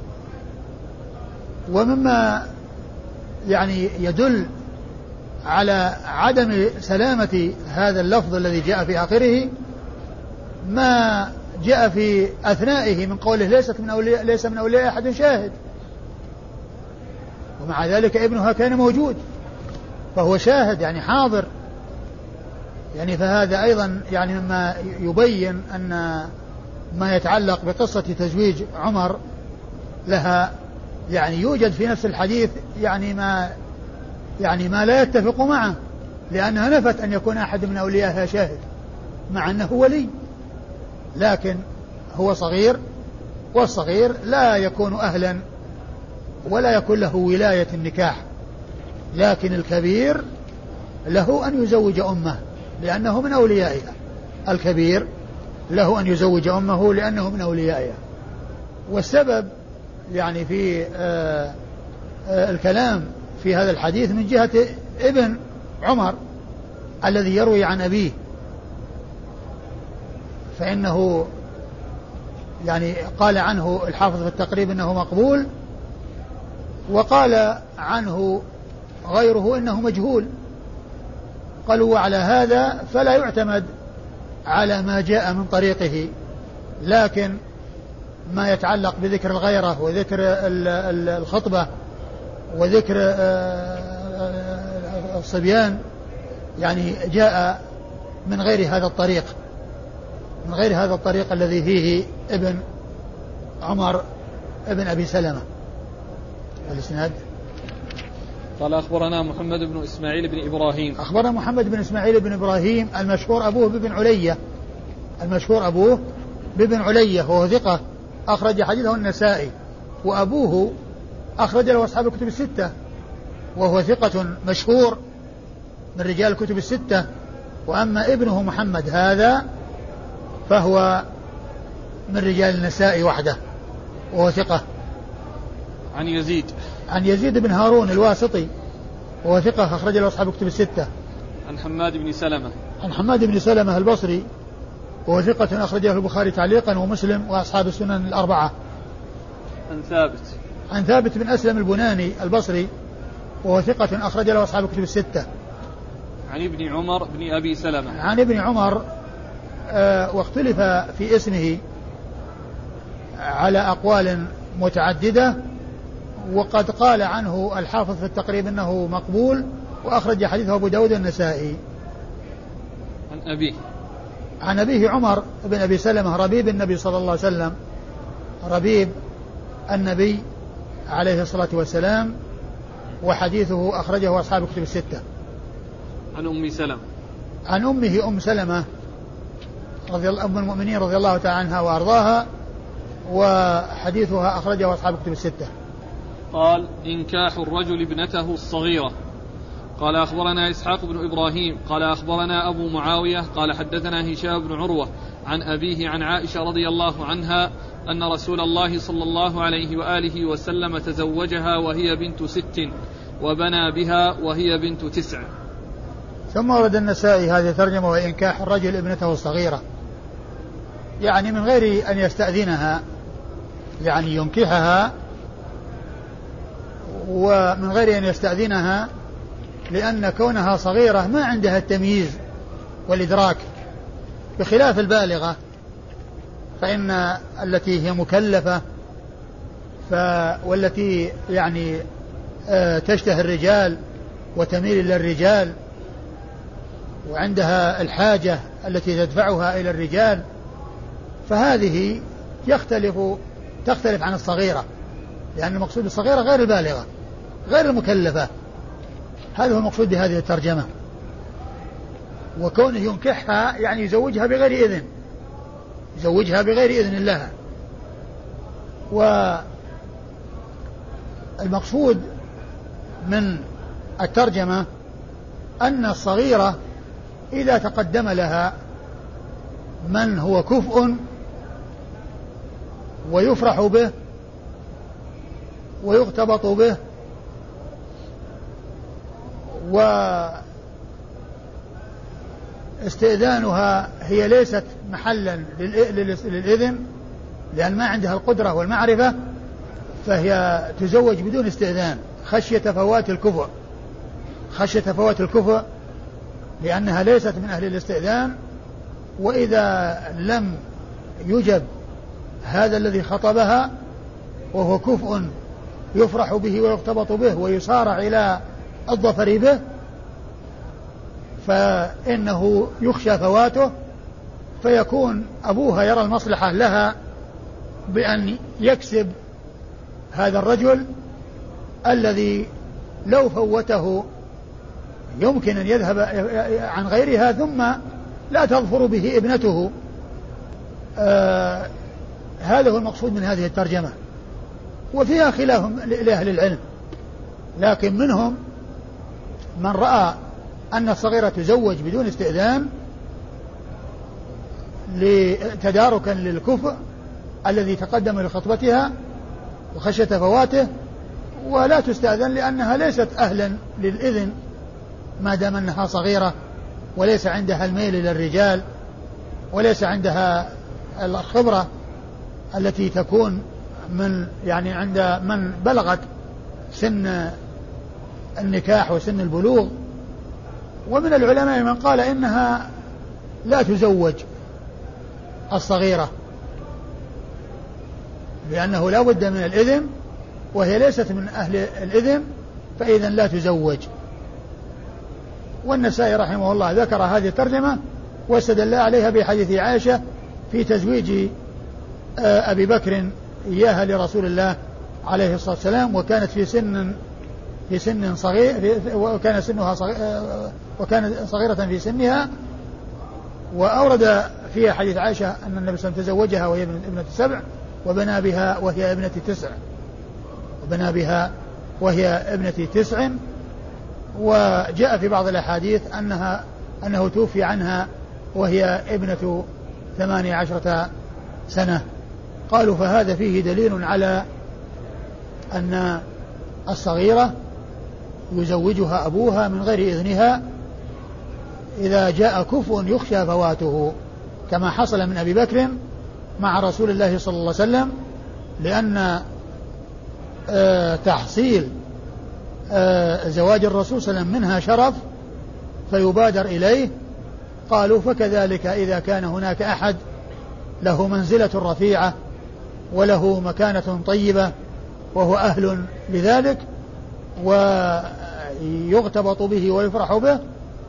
ومما يعني يدل على عدم سلامة هذا اللفظ الذي جاء في آخره ما جاء في أثنائه من قوله ليست من أولياء ليس من أولياء أحد شاهد، ومع ذلك ابنها كان موجود فهو شاهد يعني حاضر، يعني فهذا أيضا يعني مما يبين أن ما يتعلق بقصة تزويج عمر لها يعني يوجد في نفس الحديث يعني ما يعني ما لا يتفق معه، لأنها نفت أن يكون أحد من أوليائها شاهد مع أنه ولي، لكن هو صغير والصغير لا يكون أهلا ولا يكون له ولاية النكاح، لكن الكبير له أن يزوج أمه لأنه من أوليائها. الكبير له أن يزوج أمه لأنه من أوليائها. والسبب يعني في آآ آآ الكلام في هذا الحديث من جهة ابن عمر الذي يروي عن أبيه، فإنه يعني قال عنه الحافظ في التقريب إنه مقبول، وقال عنه غيره إنه مجهول. قالوا وعلى هذا فلا يعتمد على ما جاء من طريقه، لكن ما يتعلق بذكر الغيرة وذكر الخطبة وذكر الصبيان يعني جاء من غير هذا الطريق من غير هذا الطريق الذي فيه ابن عمر ابن أبي سلمة. الإسناد قال أخبرنا محمد بن إسماعيل بن إبراهيم أخبرنا محمد بن إسماعيل بن إبراهيم المشهور أبوه بابن علية المشهور أبوه بابن علية وهو ثقة أخرج حديثه النسائي، وأبوه أخرج له أصحاب الكتب الستة وهو ثقة مشهور من رجال الكتب الستة. وأما ابنه محمد هذا فهو من رجال النسائي وحده وهو ثقة. عن يزيد عن يزيد بن هارون الواسطي وهو ثقة أخرج له أصحاب الكتب الستة. عن حماد بن سلمة عن حماد بن سلمة البصري وهو ثقة أخرج له البخاري تعليقا ومسلم وأصحاب السنن الأربعة. عن ثابت عن ثابت بن أسلم البناني البصري وهو ثقة أخرج له أصحاب الكتب الستة. عن ابن عمر بن أبي سلمة عن ابن عمر آه واختلف في اسمه على أقوال متعددة، وقد قال عنه الحافظ في التقريب أنه مقبول وأخرج حديثه أبو داود النسائي. عن أبيه عن أبيه عمر بن أبي سلمة ربيب النبي صلى الله عليه وسلم ربيب النبي عليه الصلاة والسلام، وحديثه أخرجه أصحاب الكتب الستة. عن أم سلمة عن أمه أم سلمة رضي الله أم المؤمنين رضي الله تعالى عنها وأرضاها، وحديثها أخرجه أصحاب الكتب الستة. قال إنكاح الرجل ابنته الصغيرة. قال أخبرنا إسحاق بن إبراهيم قال أخبرنا أبو معاوية قال حدثنا هشام بن عروة عن أبيه عن عائشة رضي الله عنها أن رسول الله صلى الله عليه وآله وسلم تزوجها وهي بنت ست وبنى بها وهي بنت تسع. ثم ورد النسائي هذه ترجمة وإنكاح الرجل ابنته الصغيرة، يعني من غير أن يستأذنها، يعني ينكحها ومن غير أن يستأذنها، لأن كونها صغيرة ما عندها التمييز والإدراك، بخلاف البالغة فإن التي هي مكلفة ف والتي يعني تشتهي الرجال وتميل إلى الرجال وعندها الحاجة التي تدفعها إلى الرجال، فهذه يختلف تختلف عن الصغيرة، لأن المقصود الصغيرة غير البالغة غير المكلفة. هذا هو المقصود بهذه الترجمة. وكونه ينكحها يعني يزوجها بغير إذن، يزوجها بغير إذن لها. والمقصود من الترجمة أن الصغيرة إذا تقدم لها من هو كفء ويفرح به ويغتبط به واستئذانها هي ليست محلا للإذن لأن ما عندها القدرة والمعرفة، فهي تزوج بدون استئذان خشية فوات الكفء خشية فوات الكفء لأنها ليست من أهل الاستئذان. وإذا لم يجب هذا الذي خطبها وهو كفء يفرح به ويغتبط به ويسارع إلى الظفر به، فإنه يخشى فواته، فيكون أبوها يرى المصلحة لها بأن يكسب هذا الرجل الذي لو فوته يمكن أن يذهب عن غيرها ثم لا تظفر به ابنته. آه هذا هو المقصود من هذه الترجمة. وفيها خلاف لأهل العلم، لكن منهم من رأى أن الصغيرة تزوج بدون استئذان تداركا للكفء الذي تقدم لخطبتها وخشية فواته، ولا تستأذن لأنها ليست أهلا للإذن ما دام أنها صغيرة وليس عندها الميل إلى الرجال وليس عندها الخبرة التي تكون من يعني عند من بلغت سن النكاح وسن البلوغ. ومن العلماء من قال إنها لا تزوج الصغيرة لأنه لا بد من الإذن وهي ليست من أهل الإذن، فإذا لا تزوج. والنسائي رحمه الله ذكر هذه الترجمة واستدل عليها بحديث عائشة في تزويج أبي بكر إياها لرسول الله عليه الصلاة والسلام، وكانت في سن في سن صغير وكان سنها صغير وكانت صغيرة في سنها. وأورد فيها حديث عائشة أن النبي صلى الله عليه وسلم تزوجها وهي ابنة سبع وبنى بها وهي ابنة تسع وبنى بها وهي ابنة تسع. وجاء في بعض الأحاديث أنها أنه توفي عنها وهي ابنة ثمانية عشرة سنة. قالوا فهذا فيه دليل على أن الصغيرة يزوجها أبوها من غير إذنها إذا جاء كفء يخشى فواته، كما حصل من أبي بكر مع رسول الله صلى الله عليه وسلم، لأن آه تحصيل آه زواج الرسول صلى الله عليه وسلم منها شرف فيبادر إليه. قالوا فكذلك إذا كان هناك أحد له منزلة رفيعة وله مكانة طيبة وهو أهل لذلك ويغتبط به ويفرح به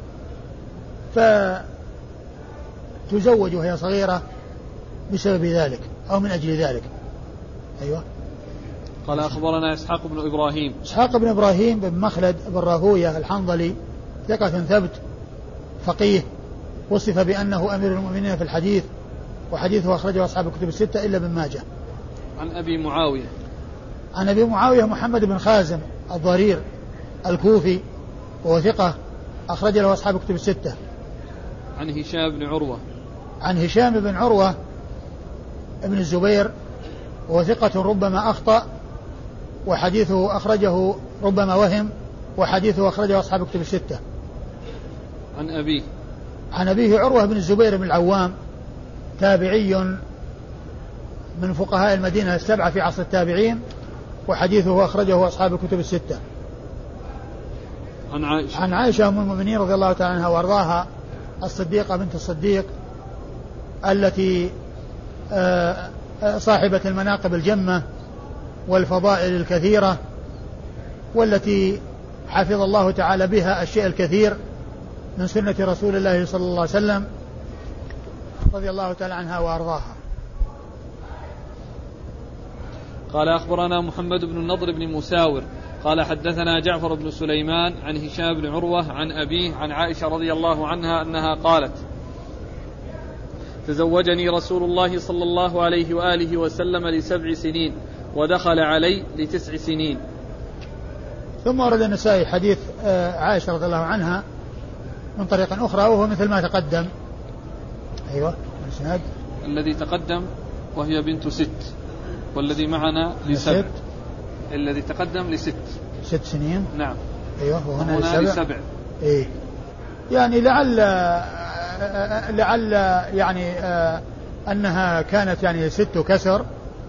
فتزوج وهي صغيرة بسبب ذلك أو من أجل ذلك. أيوة. قال أخبرنا إسحاق بن إبراهيم إسحاق بن إبراهيم بن مخلد بن راهوية الحنظلي ثقة ثبت فقيه، وصف بأنه أمير المؤمنين في الحديث، وحديثه أخرجه أصحاب الكتب الستة إلا ابن ماجه. عن أبي معاوية عن أبي معاوية محمد بن خازم الضرير الكوفي وهو ثقة أخرج له أصحاب الكتب الستة. عن هشام بن عروة عن هشام بن عروة ابن الزبير وهو ثقة ربما أخطأ وحديثه أخرجه ربما وهم وحديثه أخرجه أصحاب الكتب الستة. عن أبيه عن أبيه عروة بن الزبير بن العوام تابعي من فقهاء المدينة السبعة في عصر التابعين، وحديثه أخرجه أصحاب الكتب الستة. عن عائشة عن عائشة أم المؤمنين رضي الله تعالى عنها وأرضاها الصديقة بنت الصديق التي صاحبة المناقب الجمة والفضائل الكثيرة، والتي حفظ الله تعالى بها الشيء الكثير من سنة رسول الله صلى الله عليه وسلم رضي الله تعالى عنها وأرضاها. قال أخبرنا محمد بن النضر بن مساور قال حدثنا جعفر بن سليمان عن هشام بن عروة عن أبيه عن عائشة رضي الله عنها أنها قالت تزوجني رسول الله صلى الله عليه وآله وسلم لسبع سنين ودخل علي لتسع سنين. ثم ورد النسائي حديث عائشة رضي الله عنها من طريق أخرى وهو مثل ما تقدم. أيوة الإسناد الذي تقدم وهي بنت ست، والذي معنا لسبع. الذي تقدم لست ست سنين. نعم. أيوة وهنا, وهنا لسبع, لسبع. إيه يعني لعل لعل يعني أنها كانت يعني ست كسر،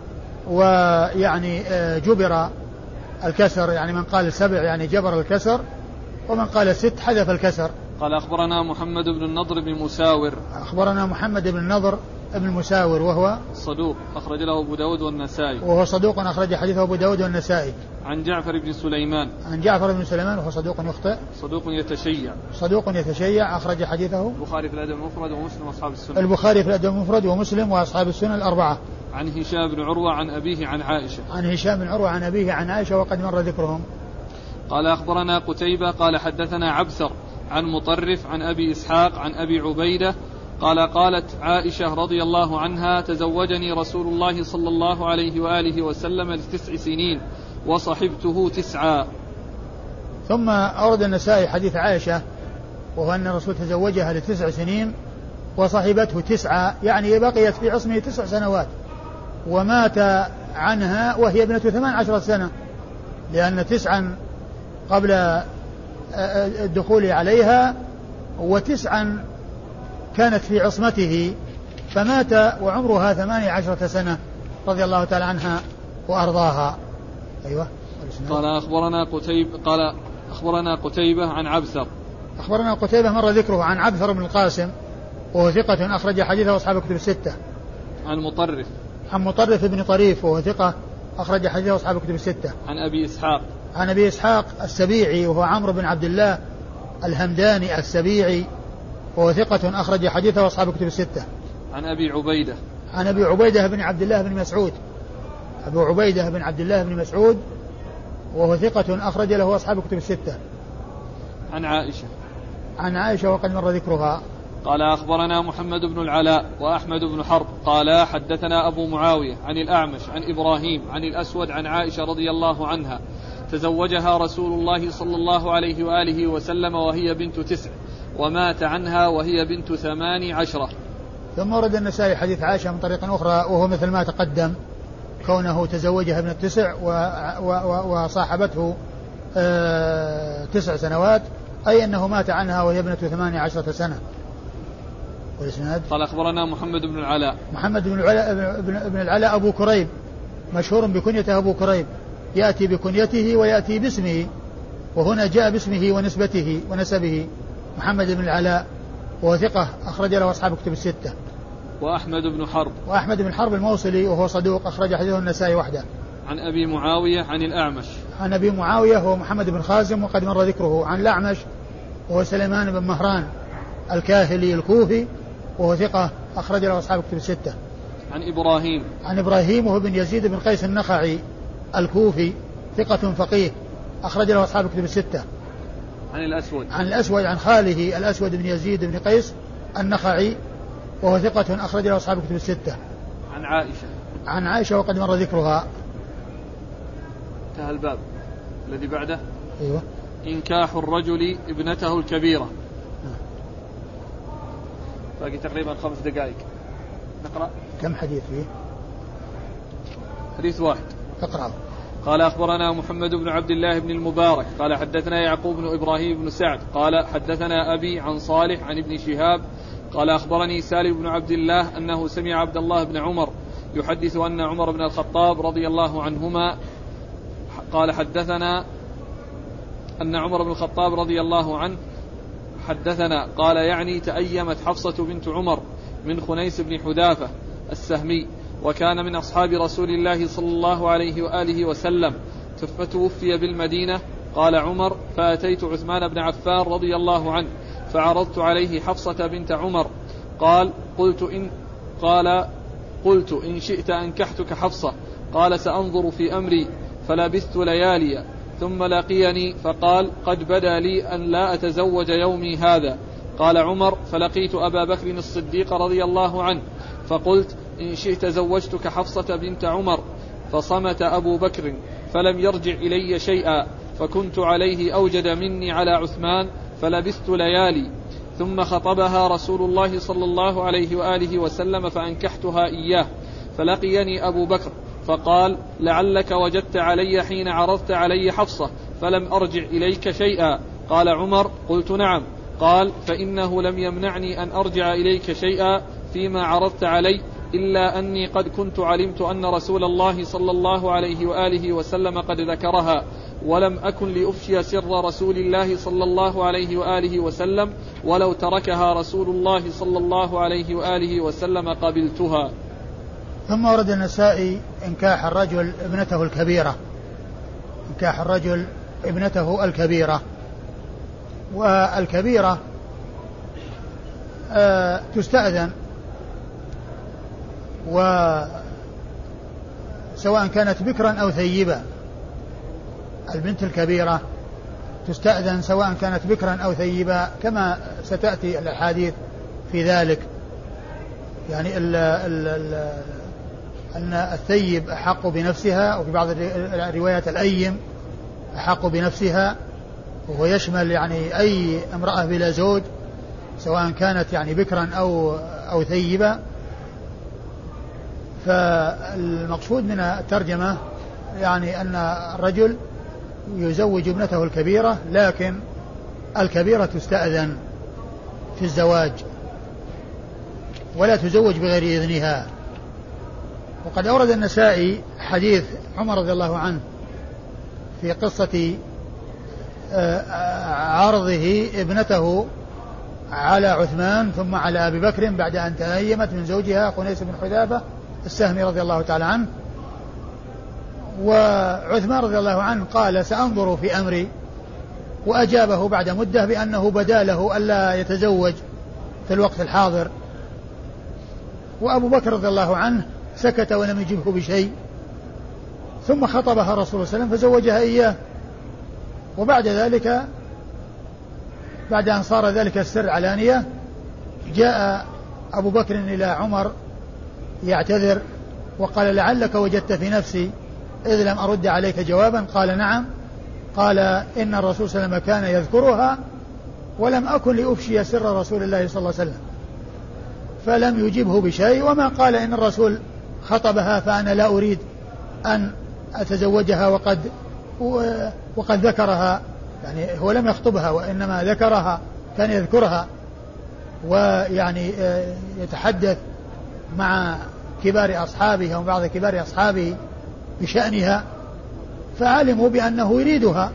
ويعني جبر الكسر، يعني من قال سبع يعني جبر الكسر، ومن قال ست حذف الكسر. قال أخبرنا محمد بن النضر بن مساور أخبرنا محمد بن النضر بن مساور وهو صدوق أخرج له أبو داود والنسائي وهو صدوق أخرج حديثه أبو داود والنسائي. عن جعفر بن سليمان عن جعفر بن سليمان وهو صدوق يخطئ صدوق يتشيع صدوق يتشيع أخرج حديثه البخاري في الأدب المفرد ومسلم وأصحاب السنن البخاري في الأدب المفرد ومسلم وأصحاب السنن الأربعة. عن هشام بن عروة عن أبيه عن عائشة عن هشام بن عروة عن أبيه عن عائشة وقد مر ذكرهم. قال أخبرنا قتيبة قال حدثنا عبثر عن مطرف عن أبي إسحاق عن أبي عبيدة قال قالت عائشة رضي الله عنها تزوجني رسول الله صلى الله عليه وآله وسلم لتسع سنين وصحبته تسعا. ثم أورد النسائي حديث عائشة وهو أن الرسول تزوجها لتسع سنين وصحبته تسعا، يعني بقيت في عصمه تسع سنوات، ومات عنها وهي ابنة ثمان عشرة سنة، لأن تسعا قبل الدخول عليها وتسعا كانت في عصمته، فمات وعمرها ثمانية عشرة سنة رضي الله تعالى عنها وأرضاها. أيوة. قال أخبرنا قتيبة قال أخبرنا قتيبة عن عبثر أخبرنا قتيبة مر ذكره عن عبثر بن القاسم وهو ثقة أخرج حديثه أصحاب الكتب الستة. عن مطرف عن مطرف بن طريف وهو ثقة أخرج حديثه أصحاب الكتب الستة. عن أبي إسحاق عن أبي إسحاق السبيعي وهو عمرو بن عبد الله الهمداني السبيعي وهو ثقة أخرج حديثه أصحاب الكتب الستة. عن أبي عبيدة عن أبي عبيدة بن عبد الله بن مسعود أبو عبيدة بن عبد الله بن مسعود وهو ثقة أخرج له أصحاب الكتب الستة. عن عائشة عن عائشة وقد مر ذكرها. قال أخبرنا محمد بن العلاء وأحمد بن حرب قال حدثنا أبو معاوية عن الأعمش عن إبراهيم عن الأسود عن عائشة رضي الله عنها تزوجها رسول الله صلى الله عليه وآله وسلم وهي بنت تسع ومات عنها وهي بنت ثمان عشرة. ثم ورد النسائي حديث عائشة من طريق أخرى وهو مثل ما تقدم، كونه تزوجها ابن التسع وصاحبته آه تسع سنوات، أي أنه مات عنها وهي ابنة ثمانية عشرة سنة. والإسناد قال أخبرنا محمد بن العلاء محمد بن العلاء بن العلاء أبو كريب مشهور بكنيته أبو كريب، يأتي بكنيته ويأتي باسمه، وهنا جاء باسمه ونسبته ونسبه محمد بن العلاء وهو ثقة أخرج له أصحاب كتب الستة. وأحمد بن حرب وأحمد بن حرب الموصلي وهو صدوق أخرج حديثه النسائي وحده. عن أبي معاوية عن الأعمش عن أبي معاوية هو محمد بن خازم وقد مر ذكره. عن الأعمش وهو سليمان بن مهران الكاهلي الكوفي وهو ثقة أخرج له أصحاب كتب الستة. عن إبراهيم عن إبراهيم وهو بن يزيد بن قيس النخعي الكوفي ثقة فقيه أخرج له أصحاب كتب الستة. عن الأسود عن الأسود عن خاله الأسود بن يزيد بن قيس النخعي وهو ثقة أخرج له أصحاب كتب الستة. عن عائشة عن عائشة وقد مر ذكرها. انتهى الباب الذي بعده. أيوة. إنكاح الرجل ابنته الكبيرة. باقي تقريبا خمس دقائق نقرأ. كم حديث فيه؟ حديث واحد. اقرأ. قال أخبرنا محمد بن عبد الله بن المبارك قال حدثنا يعقوب بن إبراهيم بن سعد قال حدثنا أبي عن صالح عن ابن شهاب قال أخبرني سالم بن عبد الله أنه سمع عبد الله بن عمر يحدث أن عمر بن الخطاب رضي الله عنهما قال حدثنا أن عمر بن الخطاب رضي الله عنه حدثنا قال يعني تأيمت حفصة بنت عمر من خنيس بن حذافة السهمي وكان من أصحاب رسول الله صلى الله عليه وآله وسلم فتوفي بالمدينة. قال عمر فأتيت عثمان بن عفان رضي الله عنه فعرضت عليه حفصة بنت عمر قال قلت إن, قال قلت إن شئت أنكحتك حفصة قال سأنظر في أمري فلبثت ليالي ثم لقيني فقال قد بدا لي أن لا أتزوج يومي هذا. قال عمر فلقيت أبا بكر الصديق رضي الله عنه فقلت إن شئت زوجتك حفصة بنت عمر فصمت أبو بكر فلم يرجع إلي شيئا فكنت عليه أوجد مني على عثمان فلبثت ليالي ثم خطبها رسول الله صلى الله عليه وآله وسلم فأنكحتها إياه فلقيني أبو بكر فقال لعلك وجدت علي حين عرضت علي حفصة فلم أرجع إليك شيئا. قال عمر قلت نعم. قال فإنه لم يمنعني أن أرجع إليك شيئا فيما عرضت علي إلا أني قد كنت علمت أن رسول الله صلى الله عليه وآله وسلم قد ذكرها ولم أكن لأفشي سر رسول الله صلى الله عليه وآله وسلم ولو تركها رسول الله صلى الله عليه وآله وسلم قبلتها. ثم ورد النسائي إنكاح الرجل ابنته الكبيرة إنكاح الرجل ابنته الكبيرة والكبيرة آه تستأذن وسواء كانت بكرا أو ثيبا. البنت الكبيرة تستأذن سواء كانت بكرا أو ثيبا كما ستأتي الأحاديث في ذلك. يعني ال ال ال أن الثيب أحق بنفسها وفي بعض الروايات الأيم أحق بنفسها وهو يشمل يعني أي امرأة بلا زوج سواء كانت يعني بكرا أو, أو ثيبا. فالمقصود من الترجمة يعني أن الرجل يزوج ابنته الكبيرة لكن الكبيرة تستأذن في الزواج ولا تزوج بغير إذنها. وقد أورد النسائي حديث عمر رضي الله عنه في قصة عرضه ابنته على عثمان ثم على أبي بكر بعد أن تأيمت من زوجها خنيس بن حذافة السهمي رضي الله تعالى عنه. وعثمان رضي الله عنه قال سأنظر في أمري وأجابه بعد مدة بأنه بدا له ألا يتزوج في الوقت الحاضر. وأبو بكر رضي الله عنه سكت ولم يجبه بشيء ثم خطبها رسول الله صلى الله عليه وسلم فزوجها إياه. وبعد ذلك بعد أن صار ذلك السر علانية جاء أبو بكر إلى عمر يعتذر وقال لعلك وجدت في نفسي إذ لم أرد عليك جوابا. قال نعم. قال إن الرسول صلى الله عليه وسلم كان يذكرها ولم أكن لأفشي سر رسول الله صلى الله عليه وسلم فلم يجبه بشيء وما قال إن الرسول خطبها فأنا لا أريد أن أتزوجها وقد وقد ذكرها. يعني هو لم يخطبها وإنما ذكرها كان يذكرها ويعني يتحدث مع كبار أصحابه أو بعض كبار أصحابه بشأنها فعلموا بأنه يريدها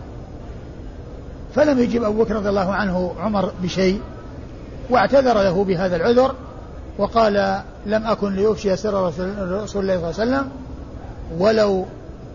فلم يجب أبو بكر رضي الله عنه عمر بشيء واعتذر له بهذا العذر وقال لم أكن لأفشي سر رسول الله صلى الله عليه وسلم ولو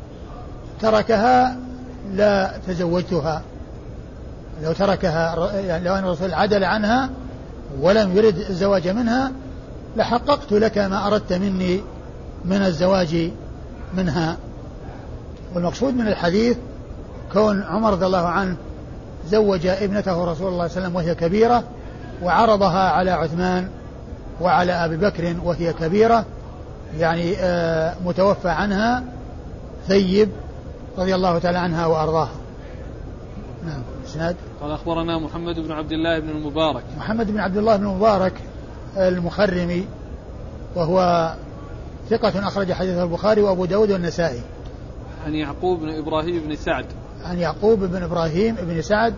تركها لا تزوجتها لو تركها يعني لو أن الرسول عدل عنها ولم يرد الزواج منها لحققت لك ما أردت مني من الزواج منها. والمقصود من الحديث كون عمر رضي الله عنه زوج ابنته رسول الله صلى الله عليه وسلم وهي كبيرة وعرضها على عثمان وعلى أبي بكر وهي كبيرة يعني آه متوفى عنها ثيب رضي الله تعالى عنها وأرضاها. نعم. اسناد. قال أخبرنا محمد بن عبد الله بن المبارك. محمد بن عبد الله بن المبارك المخرمي وهو ثقة أخرج حديثه البخاري وأبو داود والنسائي. عن يعقوب بن إبراهيم بن سعد. عن يعقوب بن إبراهيم بن سعد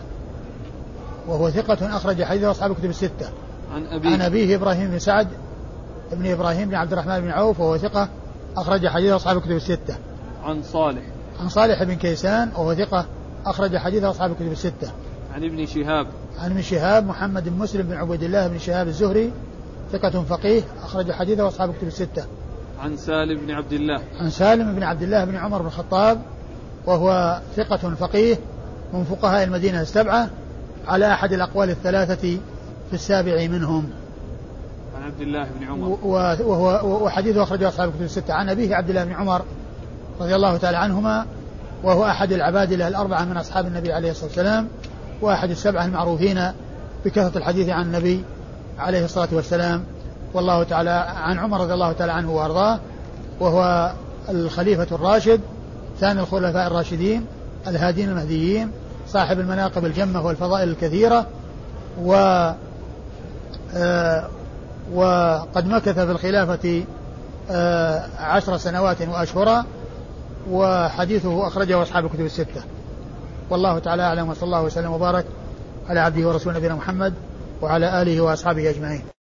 وهو ثقة أخرج حديثه أصحاب الكتب الستة. عن أبيه. عن أبيه إبراهيم بن سعد ابن إبراهيم بن عبد الرحمن بن عوف وهو ثقة أخرج حديثه أصحاب الكتب الستة. عن صالح. عن صالح بن كيسان وهو ثقة أخرج حديثه أصحاب الكتب الستة. عن ابن شهاب عن ابن شهاب محمد بن مسلم بن عبيد الله بن شهاب الزهري ثقة فقيه أخرج حديثه أصحاب الكتب الستة. عن سالم بن عبد الله عن سالم بن عبد الله بن عمر بن الخطاب وهو ثقة فقيه من فقهاء المدينة السبعة على أحد الأقوال الثلاثة في السابع منهم. عن عبد الله بن عمر وهو وحديثه أخرجه أصحاب الكتب الستة. عن أبيه عبد الله بن عمر رضي الله تعالى عنهما وهو أحد العبادلة الأربعة من أصحاب النبي عليه الصلاة والسلام وأحد السبعة المعروفين بكثرة الحديث عن النبي عليه الصلاة والسلام. والله تعالى عن عمر رضي الله تعالى عنه وأرضاه وهو الخليفة الراشد ثاني الخلفاء الراشدين الهادين المهديين صاحب المناقب الجمة والفضائل الكثيرة و آه وقد مكث في الخلافة آه عشر سنوات وأشهرا وحديثه أخرجه أصحاب الكتب الستة. والله تعالى أعلم وصلى الله وسلم وبارك على عبده ورسوله نبينا محمد وعلى آله وأصحابه أجمعين.